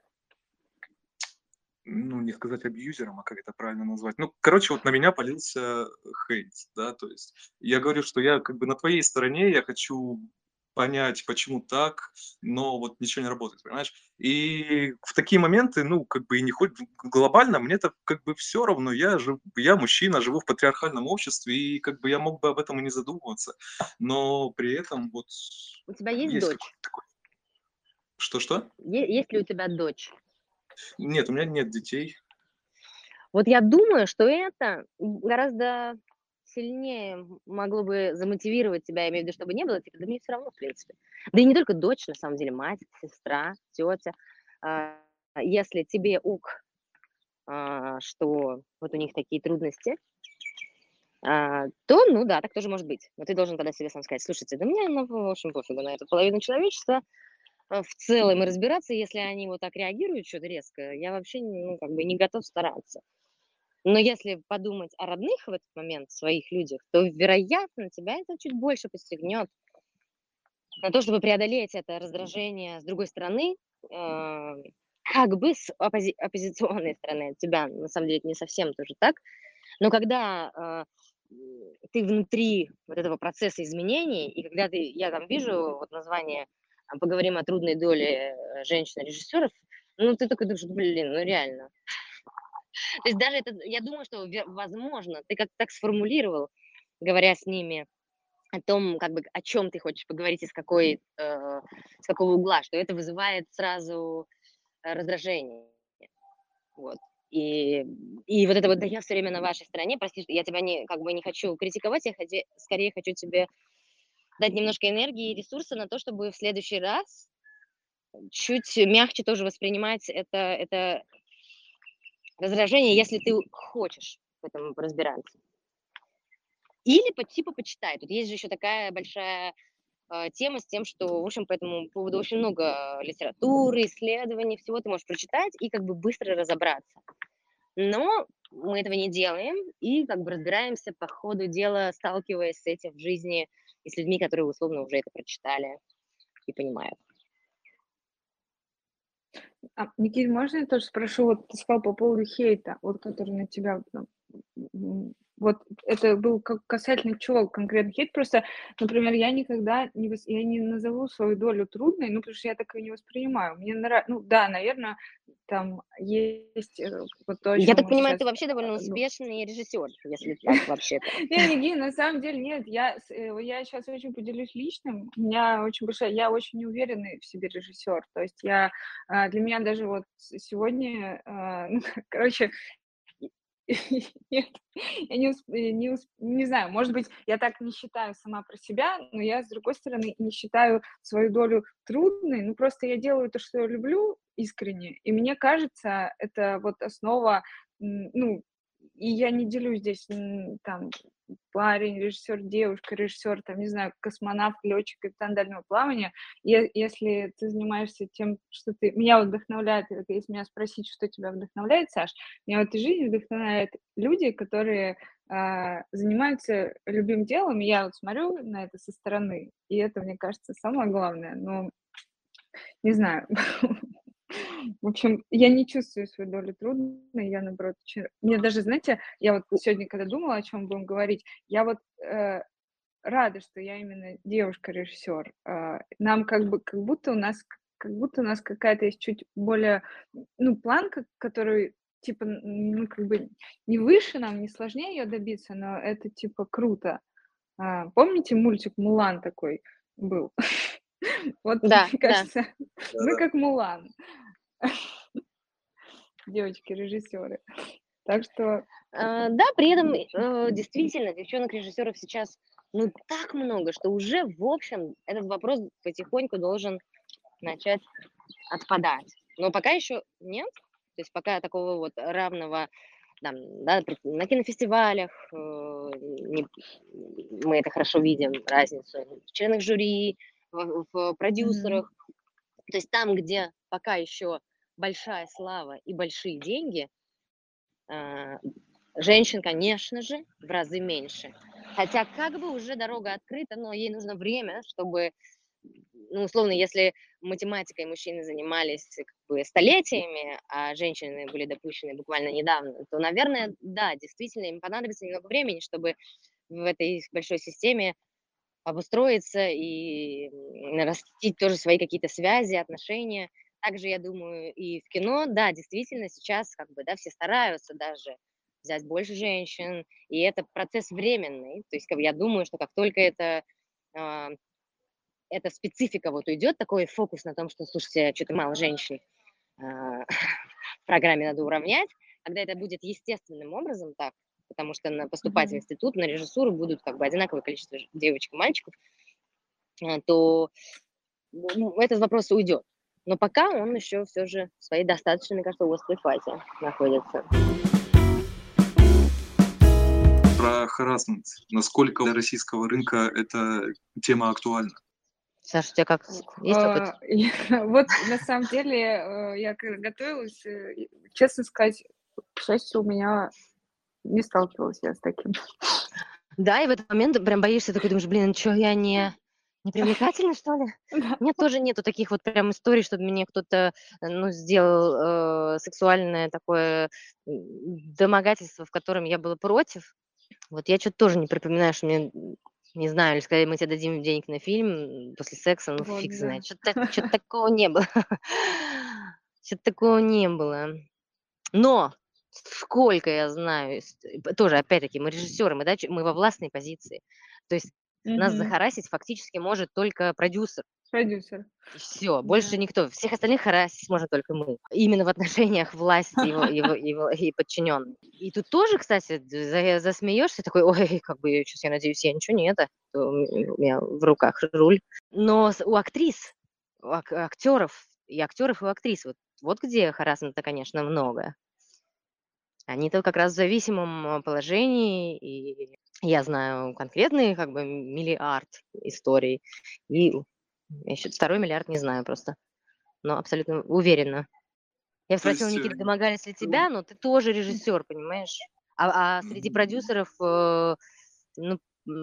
ну, не сказать абьюзером, а как это правильно назвать? Ну, короче, вот на меня полился хейт, да, то есть я говорю, что я как бы на твоей стороне, я хочу понять, почему так, но вот ничего не работает, понимаешь? И в такие моменты, ну, как бы и не хоть глобально, мне-то как бы все равно, я мужчина, живу в патриархальном обществе, и как бы я мог бы об этом и не задумываться, но при этом вот У тебя есть есть дочь? какой-то такой... Что-что? Есть ли у тебя дочь? Нет, у меня нет детей. Вот я думаю, что это гораздо сильнее могло бы замотивировать тебя, я имею в виду, чтобы не было, типа, да мне все равно, в принципе. Да и не только дочь, на самом деле, мать, сестра, тетя. А, Если тебе что вот у них такие трудности, то, ну да, так тоже может быть. Но ты должен тогда себе сам сказать, слушайте, да мне, ну, в общем, пофигу на эту половину человечества, в целом и разбираться, если они вот так реагируют что-то резко, я вообще, ну, как бы не готов стараться. Но если подумать о родных в этот момент, своих людях, то, вероятно, тебя это чуть больше подстегнет на то, чтобы преодолеть это раздражение с другой стороны, э, как бы с оппозиционной стороны от тебя. На самом деле это не совсем тоже так. Но когда ты внутри вот этого процесса изменений, и когда я там вижу вот название «Поговорим о трудной доле женщин-режиссеров», ну, ты такой думаешь, блин, ну реально. То есть даже это, я думаю, что, возможно, ты как-то так сформулировал, говоря с ними о том, как бы, о чем ты хочешь поговорить и с какого угла, что это вызывает сразу раздражение. Вот. И, и вот это вот, да я все время на вашей стороне, прости, что я тебя как бы не хочу критиковать, я скорее хочу тебе дать немножко энергии и ресурса на то, чтобы в следующий раз чуть мягче тоже воспринимать это раздражение, если ты хочешь в этом разбираться. Или типа почитай. Тут есть же еще такая большая тема с тем, что, в общем, по этому поводу очень много литературы, исследований, всего ты можешь прочитать и как бы быстро разобраться. Но мы этого не делаем и как бы разбираемся по ходу дела, сталкиваясь с этим в жизни и с людьми, которые условно уже это прочитали и понимают. Никит, можно я тоже спрошу, вот ты сказал по поводу хейта, вот который на тебя, вот это был касательно чего конкретно хейт? Просто, например, я никогда я не назову свою долю трудной, ну, потому что я так ее не воспринимаю. Мне нравится, ну, да, наверное, там есть вот то, о Я чем так мы понимаю, сейчас, ты вообще довольно ну, успешный режиссер, если так вообще-то. не, Нигин, на самом деле нет. Я сейчас очень поделюсь личным. У меня очень большая, я очень неуверенный в себе режиссер. То есть для меня даже вот сегодня, ну, короче, нет, я не знаю, может быть, я так не считаю сама про себя, но я, с другой стороны, не считаю свою долю трудной. Ну, просто я делаю то, что я люблю искренне, и мне кажется, это вот основа, ну, и я не делю здесь там парень, режиссер, девушка, режиссер, там, не знаю, космонавт, летчик, капитан дальнего плавания. Если ты занимаешься тем, что ты... Меня вот вдохновляет, если меня спросить, что тебя вдохновляет, Саш, меня в этой жизни вдохновляют люди, которые занимаются любимым делом, и я вот смотрю на это со стороны, и это, мне кажется, самое главное, но не знаю. В общем, я не чувствую свою долю трудной, я, наоборот, мне даже, знаете, я вот сегодня, когда думала, о чем будем говорить, я вот рада, что я именно девушка-режиссер. Нам как будто у нас какая-то есть чуть более, ну, планка, которую, типа, ну, как бы не выше нам, не сложнее ее добиться, но это, типа, круто. Помните мультик «Мулан» такой был? Вот, Да, мне да. кажется, мы Да-да. как Мулан. девочки-режиссеры. Так что Да, при этом, действительно, девчонок-режиссеров сейчас, ну, так много, что уже, в общем, этот вопрос потихоньку должен начать отпадать. Но пока еще нет. То есть пока такого вот равного, там, да, на кинофестивалях, мы это хорошо видим, разницу в членах жюри, в мгм, продюсерах. То есть там, где пока еще большая слава и большие деньги, а, женщин, конечно же, в разы меньше. Хотя как бы уже дорога открыта, но ей нужно время, чтобы, ну, условно, если математикой мужчины занимались как бы столетиями, а женщины были допущены буквально недавно, то, наверное, да, действительно, им понадобится немного времени, чтобы в этой большой системе обустроиться и нарастить тоже свои какие-то связи, отношения. Также, я думаю, и в кино, да, действительно, сейчас как бы, да, все стараются даже взять больше женщин, и это процесс временный. То есть, как бы, я думаю, что как только а, эта специфика вот уйдет, такой фокус на том, что, слушайте, что-то мало женщин в программе надо уравнять, когда это будет естественным образом так, потому что поступать в мгм. институт, на режиссуру будут как бы одинаковое количество девочек и мальчиков, то этот вопрос уйдет. Но пока он еще все же в своей достаточно, мне кажется, острой фазе находится. Про харассмент. Насколько для российского рынка эта тема актуальна? Саша, у тебя как? Есть опыт? Вот на самом деле, я когда готовилась, честно сказать, к счастью, у меня не сталкивалась я с таким. Да, и в этот момент прям боишься, такой думаешь, блин, что я не привлекательна, что ли? Да. У меня тоже нету таких вот прям историй, чтобы мне кто-то, ну, сделал сексуальное такое домогательство, в котором я была против. Вот я что-то тоже не припоминаю, что мне, не знаю, или сказали, мы тебе дадим денег на фильм после секса, ну Вот, фиг да. знает. Что-то такого не было. Что-то такого не было. Но сколько я знаю, тоже опять-таки мы режиссеры, мы, да, мы во властной позиции. То есть нас Мгм. захарасить фактически может только продюсер. Продюсер. И все, больше Да. никто. Всех остальных харасить можно только мы. Именно в отношениях власти и подчиненных. И тут тоже, кстати, засмеешься, такой, ой, как бы, сейчас я надеюсь, я ничего не это, у меня в руках руль. Но у актрис, у актеров, и актеров, и у актрис, вот где харассмента, конечно, много. Они-то как раз в зависимом положении, и я знаю конкретные как бы миллиард историй, и еще второй миллиард не знаю просто, но абсолютно уверена. Я То спросила, есть, Никита, домогались ли тебя, но ты тоже режиссер, понимаешь? А среди продюсеров, ну,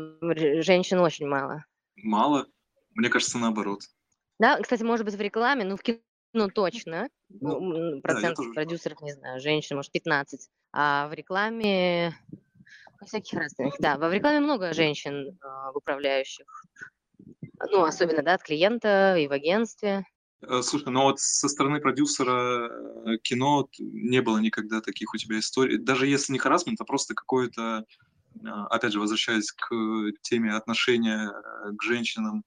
женщин очень мало. мало? Мне кажется, наоборот. Да, кстати, может быть, в рекламе, ну, в кино точно. Ну, да, я Процент тоже. продюсеров, не знаю, женщин, может, 15. А в рекламе всяких разных, да. В рекламе много женщин в управляющих. Ну, особенно, да, от клиента и в агентстве. Слушай, ну вот со стороны продюсера кино не было никогда таких у тебя историй. Даже если не харассмент, а просто какое-то, опять же, возвращаясь к теме отношения к женщинам,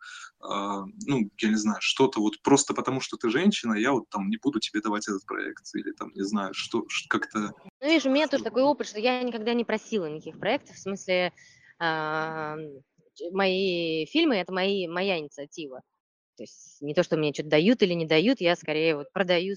ну, я не знаю, что-то вот просто потому, что ты женщина, я вот там не буду тебе давать этот проект, или там, не знаю, что как-то... Ну, видишь, у меня тоже такой опыт, что я никогда не просила никаких проектов. В смысле, а, мои фильмы — это моя инициатива. То есть не то, что мне что-то дают или не дают, я скорее вот продаю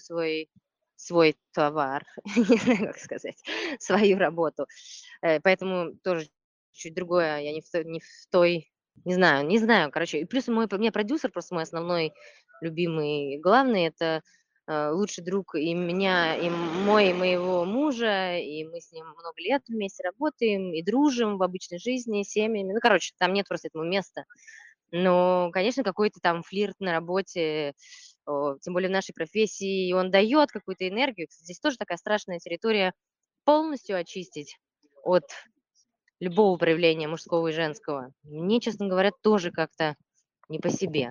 свой товар, не знаю, как сказать, свою работу. Поэтому тоже чуть другое, я не в той, не знаю, короче. И плюс у меня продюсер, просто мой основной любимый, главный — это лучший друг и меня, и моего мужа, и мы с ним много лет вместе работаем и дружим в обычной жизни, семьями. Ну, короче, там нет просто этому места. Но, конечно, какой-то там флирт на работе, тем более в нашей профессии, он дает какую-то энергию. Кстати, здесь тоже такая страшная территория полностью очистить от любого проявления мужского и женского. Мне, честно говоря, тоже как-то не по себе.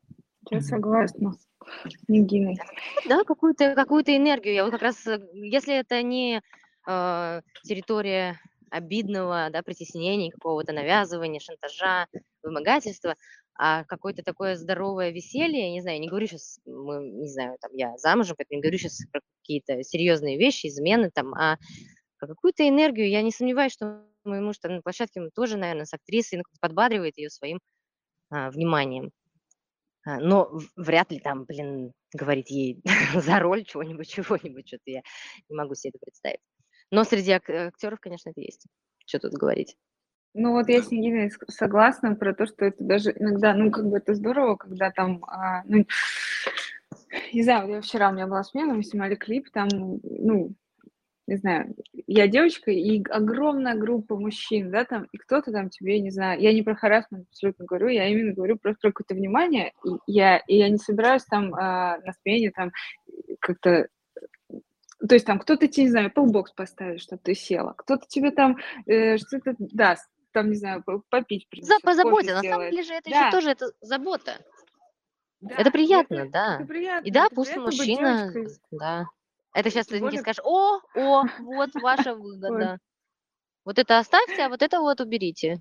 Я согласна с Нигиной. Да, какую-то энергию. Я вот как раз, если это не территория обидного, да, притеснений, какого-то навязывания, шантажа, вымогательство, а какое-то такое здоровое веселье, я не знаю, не говорю сейчас, не знаю, там, я замужем, поэтому не говорю сейчас про какие-то серьезные вещи, измены там, а про какую-то энергию. Я не сомневаюсь, что мой муж там на площадке, он тоже, наверное, с актрисой, ну, подбадривает ее своим вниманием. Но вряд ли там, блин, говорит ей за роль чего-нибудь, что-то я не могу себе это представить. Но среди актеров, конечно, это есть. Что тут говорить? Ну вот я с Нигиной согласна про то, что это даже иногда, ну как бы это здорово, когда там, ну, не знаю, вот вчера у меня была смена, мы снимали клип, там, ну, не знаю, я девочка и огромная группа мужчин, да, там, и кто-то там тебе, не знаю, я не про харассмент абсолютно говорю, я именно говорю просто про какое-то внимание, и я не собираюсь там на смене там как-то, то есть там кто-то тебе, не знаю, полбокс поставит, чтобы ты села, кто-то тебе там что-то даст, там, не знаю, попить принесет, кофе Позаботиться. На самом сделает. деле же это еще Да, тоже это забота. да, Это и приятно, это да. И приятно, да, это пусть приятно быть мужчина, девочкой, да. Это сейчас тем ты не более, скажешь: "О, вот ваша вот. выгода. Вот это оставьте, а вот это вот уберите".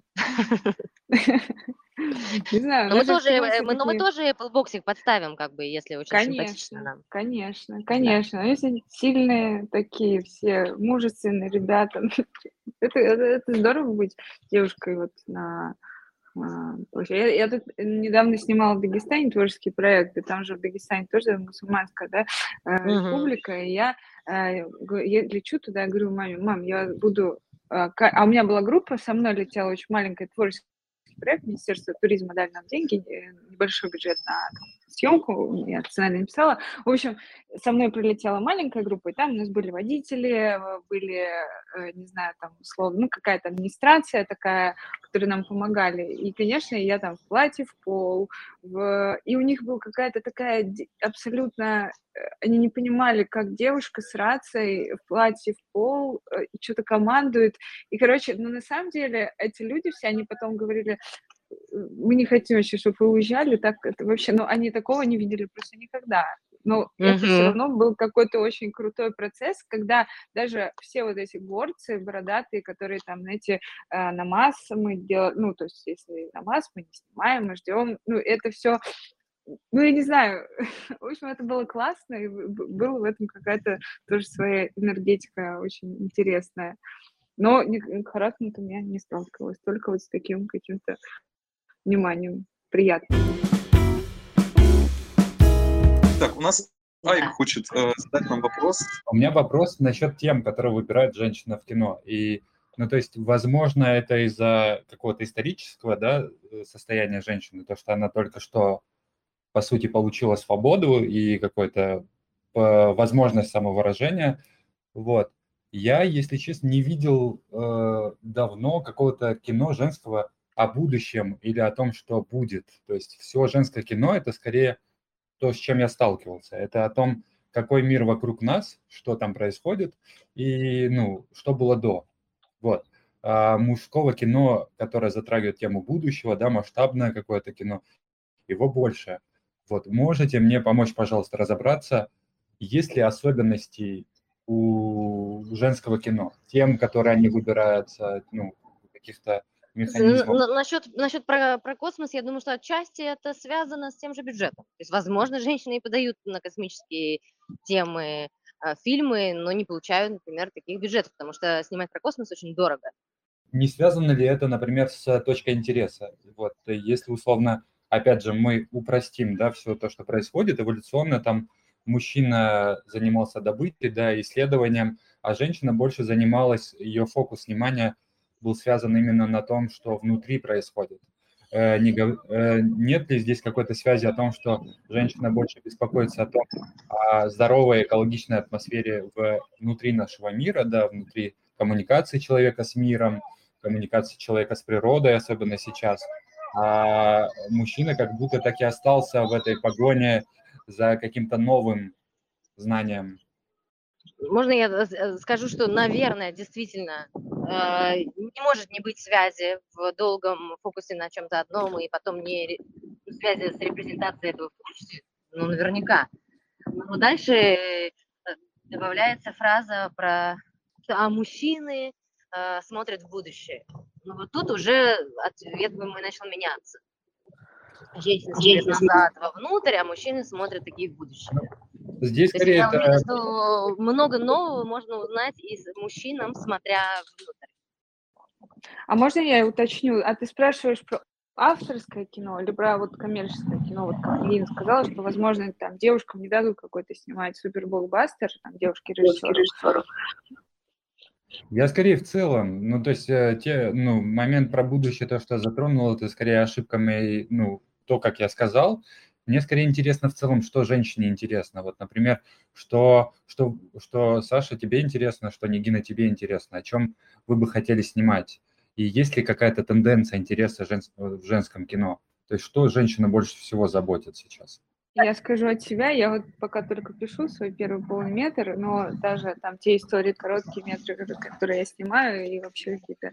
Не знаю, у Но мы нас же в тоже, кино все но мы такие. тоже полбоксик подставим, как бы, если очень симпатично Конечно, нам. конечно, Да. конечно. А если сильные такие все, мужественные ребята, это здорово быть девушкой вот на площади. Я тут недавно снимала в Дагестане творческий проект, и там же в Дагестане тоже мусульманская, да, Мгм. республика, и я лечу туда, я говорю маме: "Мам, я буду". А у меня была группа, со мной летела очень маленькая творческий проект, Министерство туризма дали нам деньги, небольшой бюджет на там съемку, я сценарий написала. В общем, со мной прилетела маленькая группа, и там у нас были водители, были, не знаю, там, условно, ну, какая-то администрация такая, которые нам помогали. И, конечно, я там в платье в пол, и у них была какая-то такая абсолютно... Они не понимали, как девушка с рацией в платье в пол и что-то командует. И, короче, ну, на самом деле, эти люди все, они потом говорили: "Мы не хотим вообще, чтобы вы уезжали, так это вообще", ну, они такого не видели просто никогда. Но это все Мгм. равно был какой-то очень крутой процесс, когда даже все вот эти горцы бородатые, которые там, знаете, намаз мы делаем, ну, то есть если намаз мы не снимаем, мы ждем, ну, это все, ну, я не знаю, в общем, это было классно, и была в этом какая-то тоже своя энергетика очень интересная. Но к харассменту я не сталкивалась, только вот с таким каким-то вниманием приятным. Так, у нас Айк Да. хочет задать нам вопрос. У меня вопрос насчет тем, которые выбирает женщина в кино. И, ну, то есть, возможно, это из-за какого-то исторического, да, состояния женщины, то, что она только что, по сути, получила свободу и какую-то возможность самовыражения. Вот. Я, если честно, не видел давно какого-то кино женского о будущем или о том, что будет. То есть все женское кино – это скорее то, с чем я сталкивался. Это о том, какой мир вокруг нас, что там происходит и, ну, что было до. Вот. А мужского кино, которое затрагивает тему будущего, да, масштабное какое-то кино, его больше. Вот. Можете мне помочь, пожалуйста, разобраться, есть ли особенности у женского кино, тем, которые они выбираются, ну, каких-то механизмов? Насчет про космос, я думаю, что отчасти это связано с тем же бюджетом. То есть, возможно, женщины и подают на космические темы фильмы, но не получают, например, таких бюджетов, потому что снимать про космос очень дорого. Не связано ли это, например, с точкой интереса? Вот, если условно, опять же, мы упростим, да, все то, что происходит, эволюционно там мужчина занимался добычей, да, исследованием, а женщина больше занималась, ее фокус внимания был связан именно на том, что внутри происходит. Нет ли здесь какой-то связи о том, что женщина больше беспокоится о здоровой экологичной атмосфере внутри нашего мира, да, внутри коммуникации человека с миром, коммуникации человека с природой, особенно сейчас. А мужчина как будто так и остался в этой погоне за каким-то новым знанием. Можно я скажу, что, наверное, действительно не может не быть связи в долгом фокусе на чем-то одном и потом не связи с репрезентацией этого в творчестве? Ну, наверняка. Но дальше добавляется фраза про, что мужчины смотрят в будущее. Но вот тут уже ответ мой начал меняться. Женщины смотрят назад, вовнутрь, а мужчины смотрят такие в будущее. Здесь То есть скорее я уверена, это... что много нового можно узнать и с мужчинам, смотря внутрь. А можно я уточню? А ты спрашиваешь про авторское кино или про вот коммерческое кино? Вот как Лина сказала, что, возможно, там девушкам не дадут какой-то снимать супер-блокбастер, там девушки-режиссеры. Я скорее в целом, ну, то есть момент про будущее, то, что затронул, это скорее ошибками, ну, то, как я сказал. Мне скорее интересно в целом, что женщине интересно. Вот, например, что Саша, тебе интересно, что Нигина, тебе интересно, о чем вы бы хотели снимать. И есть ли какая-то тенденция интереса в женском кино? То есть что женщина больше всего заботит сейчас? Я скажу от себя, я вот пока только пишу свой первый полный метр, но даже там те истории, короткие метры, которые я снимаю, и вообще какие-то...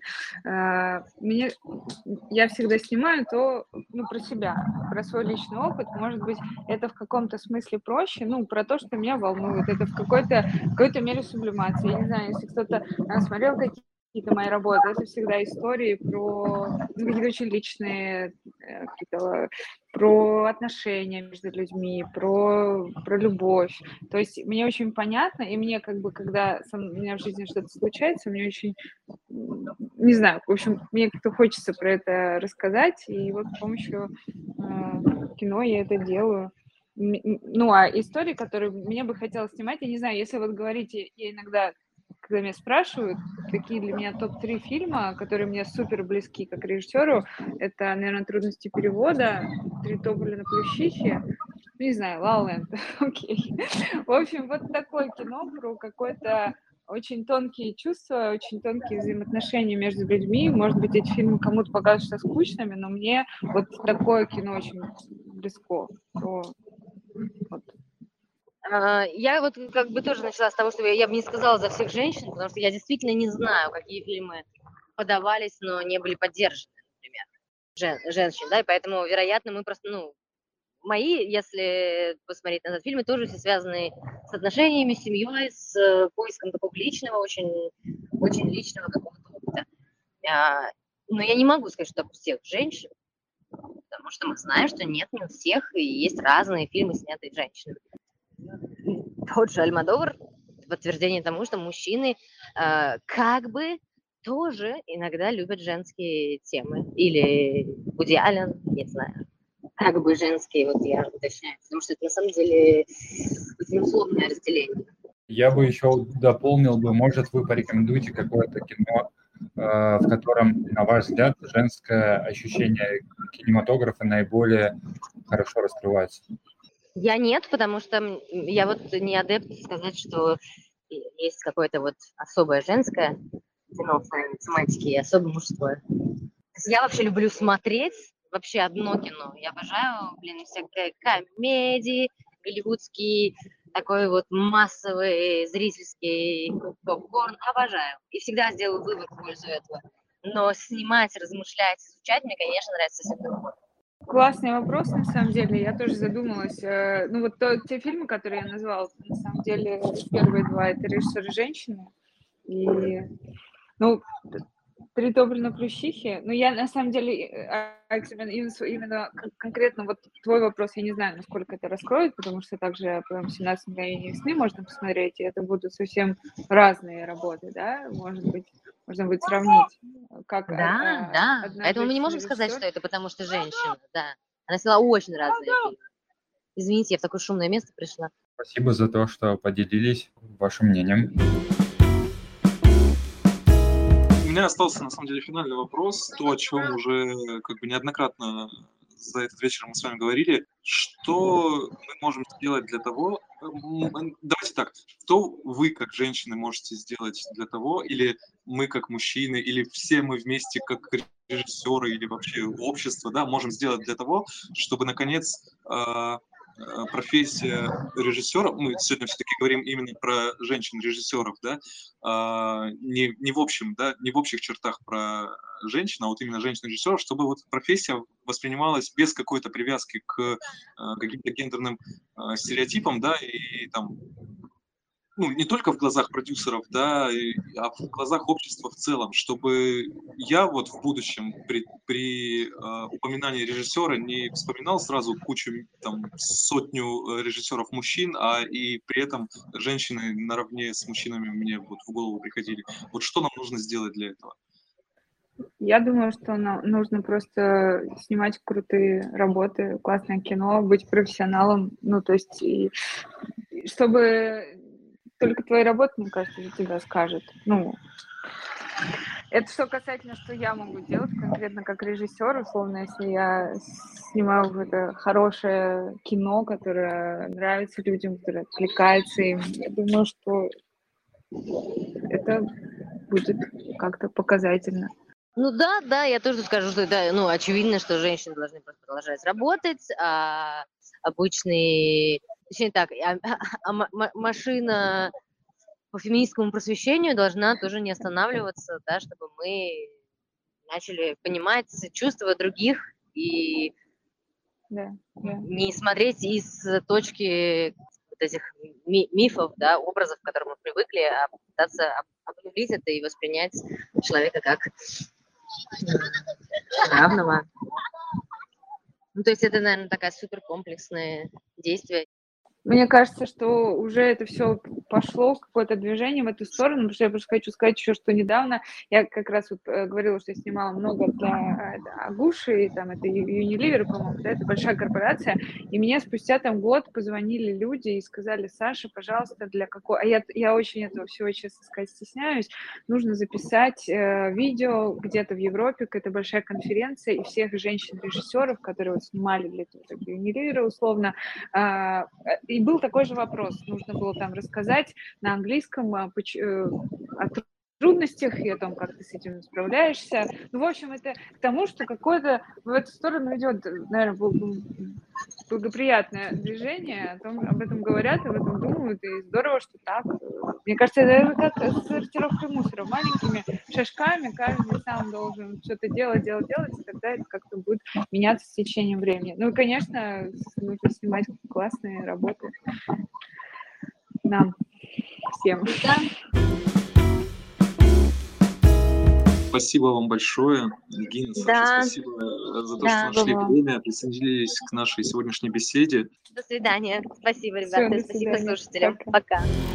я всегда снимаю то, ну, про себя, про свой личный опыт. Может быть, это в каком-то смысле проще, ну, про то, что меня волнует. Это в какой-то мере сублимация. Я не знаю, если кто-то смотрел какие-то мои работы, это всегда истории про какие-то очень личные, какие-то про отношения между людьми, про любовь. То есть мне очень понятно, и мне как бы, когда у меня в жизни что-то случается, мне очень, не знаю, в общем, мне как-то хочется про это рассказать, и вот с помощью кино я это делаю. Ну, а истории, которые мне бы хотелось снимать, я не знаю, если вот говорите, я иногда, когда меня спрашивают, какие для меня топ-3 фильма, которые мне супер близки как режиссеру, это, наверное, «Трудности перевода», «Три тополя на плющихе», не знаю, «Ла Ла Ленд», окей. В общем, вот такое кино про какое-то очень тонкие чувства, очень тонкие взаимоотношения между людьми. Может быть, эти фильмы кому-то покажутся скучными, но мне вот такое кино очень близко. Вот. Я вот как бы тоже начала с того, что я бы не сказала за всех женщин, потому что я действительно не знаю, какие фильмы подавались, но не были поддержаны, например, женщин, да, и поэтому, вероятно, мы просто, ну, мои, если посмотреть на этот фильм, тоже все связаны с отношениями, с семьей, с поиском такого личного, очень, очень личного какого-то опыта. Но я не могу сказать, что так у всех женщин, потому что мы знаем, что нет, не у всех, и есть разные фильмы, снятые женщинами. Тот же Альмодовар подтверждение тому, что мужчины как бы тоже иногда любят женские темы. Или Вуди Аллен, не знаю. Как бы женские, вот я уточняю. Потому что это на самом деле очень условное разделение. Я бы еще дополнил бы, может, вы порекомендуете какое-то кино, в котором, на ваш взгляд, женское ощущение кинематографа наиболее хорошо раскрывается? Я нет, потому что я вот не адепт сказать, что есть какое-то вот особое женское кино в своей тематике и особо мужское. Я вообще люблю смотреть вообще одно кино. Я обожаю, всякие комедии, голливудский, такой вот массовый зрительский попкорн. Обожаю. И всегда сделаю выбор в пользу этого. Но снимать, размышлять, изучать мне, конечно, нравится совсем другое. Классный вопрос, на самом деле. Я тоже задумалась. Ну, вот те фильмы, которые я назвала, на самом деле, первые два — это режиссеры женщины. И, ну, «Три тополя на плющихе». Ну, я, на самом деле, именно конкретно вот твой вопрос, я не знаю, насколько это раскроет, потому что также, по-моему, «17 мгновений весны» можно посмотреть, и это будут совсем разные работы, да? Может быть, можно будет сравнить, как Да. Поэтому мы не можем сказать, что это потому что женщина, да. Она сняла очень разные фильмы. Извините, я в такое шумное место пришла. Спасибо за то, что поделились вашим мнением. У меня остался, на самом деле, финальный вопрос, то, о чем уже как бы неоднократно за этот вечер мы с вами говорили. Что мы можем сделать для того... Давайте так, что вы, как женщины, можете сделать для того, или мы, как мужчины, или все мы вместе, как режиссеры, или вообще общество, да, можем сделать для того, чтобы, наконец, профессия режиссера, мы сегодня все-таки говорим именно про женщин-режиссеров, да, не в общем, да, не в общих чертах про женщин, а вот именно женщин-режиссеров, чтобы вот профессия воспринималась без какой-то привязки к каким-то гендерным стереотипам, да, и там ну, не только в глазах продюсеров, да, а в глазах общества в целом, чтобы я вот в будущем при упоминании режиссера не вспоминал сразу кучу, там, сотню режиссеров мужчин, а и при этом женщины наравне с мужчинами мне вот в голову приходили. Вот что нам нужно сделать для этого? Я думаю, что нужно просто снимать крутые работы, классное кино, быть профессионалом, ну, то есть, и чтобы только твои работы, мне кажется, за тебя скажут. Ну, это что касательно, что я могу делать конкретно как режиссер, условно, если я снимаю какое-то хорошее кино, которое нравится людям, которое откликается им. Я думаю, что это будет как-то показательно. Ну да, я тоже скажу, что это, ну, очевидно, что женщины должны просто продолжать работать, а обычный, точнее так, машина по феминистскому просвещению должна тоже не останавливаться, да, чтобы мы начали понимать чувства других и не смотреть из точки вот этих мифов, да, образов, к которым мы привыкли, а пытаться обнулить это и воспринять человека как равного. Ну, то есть это, наверное, такая суперкомплексное действие. Мне кажется, что уже это все пошло, какое-то движение в эту сторону, потому что я просто хочу сказать еще, что недавно я как раз вот говорила, что я снимала много для Агуши, там это Unilever, по-моему, да, это большая корпорация, и мне спустя там год позвонили люди и сказали: Саша, пожалуйста, для какой... А я очень этого всего, честно сказать, стесняюсь. Нужно записать видео где-то в Европе, какая-то большая конференция, и всех женщин-режиссеров, которые вот снимали для Unilever условно, и был такой же вопрос. Нужно было там рассказать на английском о трудностях и о том, как ты с этим справляешься. Ну, в общем, это к тому, что какое-то в эту сторону идет, наверное, благоприятное движение, об этом говорят, об этом думают, и здорово, что так. Мне кажется, это как с сортировкой мусора. Маленькими шажками каждый сам должен что-то делать, и тогда это как-то будет меняться с течением времени. Ну и, конечно, нужно снимать классные работы нам всем. Спасибо вам большое, Гина, Саша, спасибо за то, что нашли время, присоединились к нашей сегодняшней беседе. До свидания. Спасибо, ребята. Спасибо слушателям. Пока.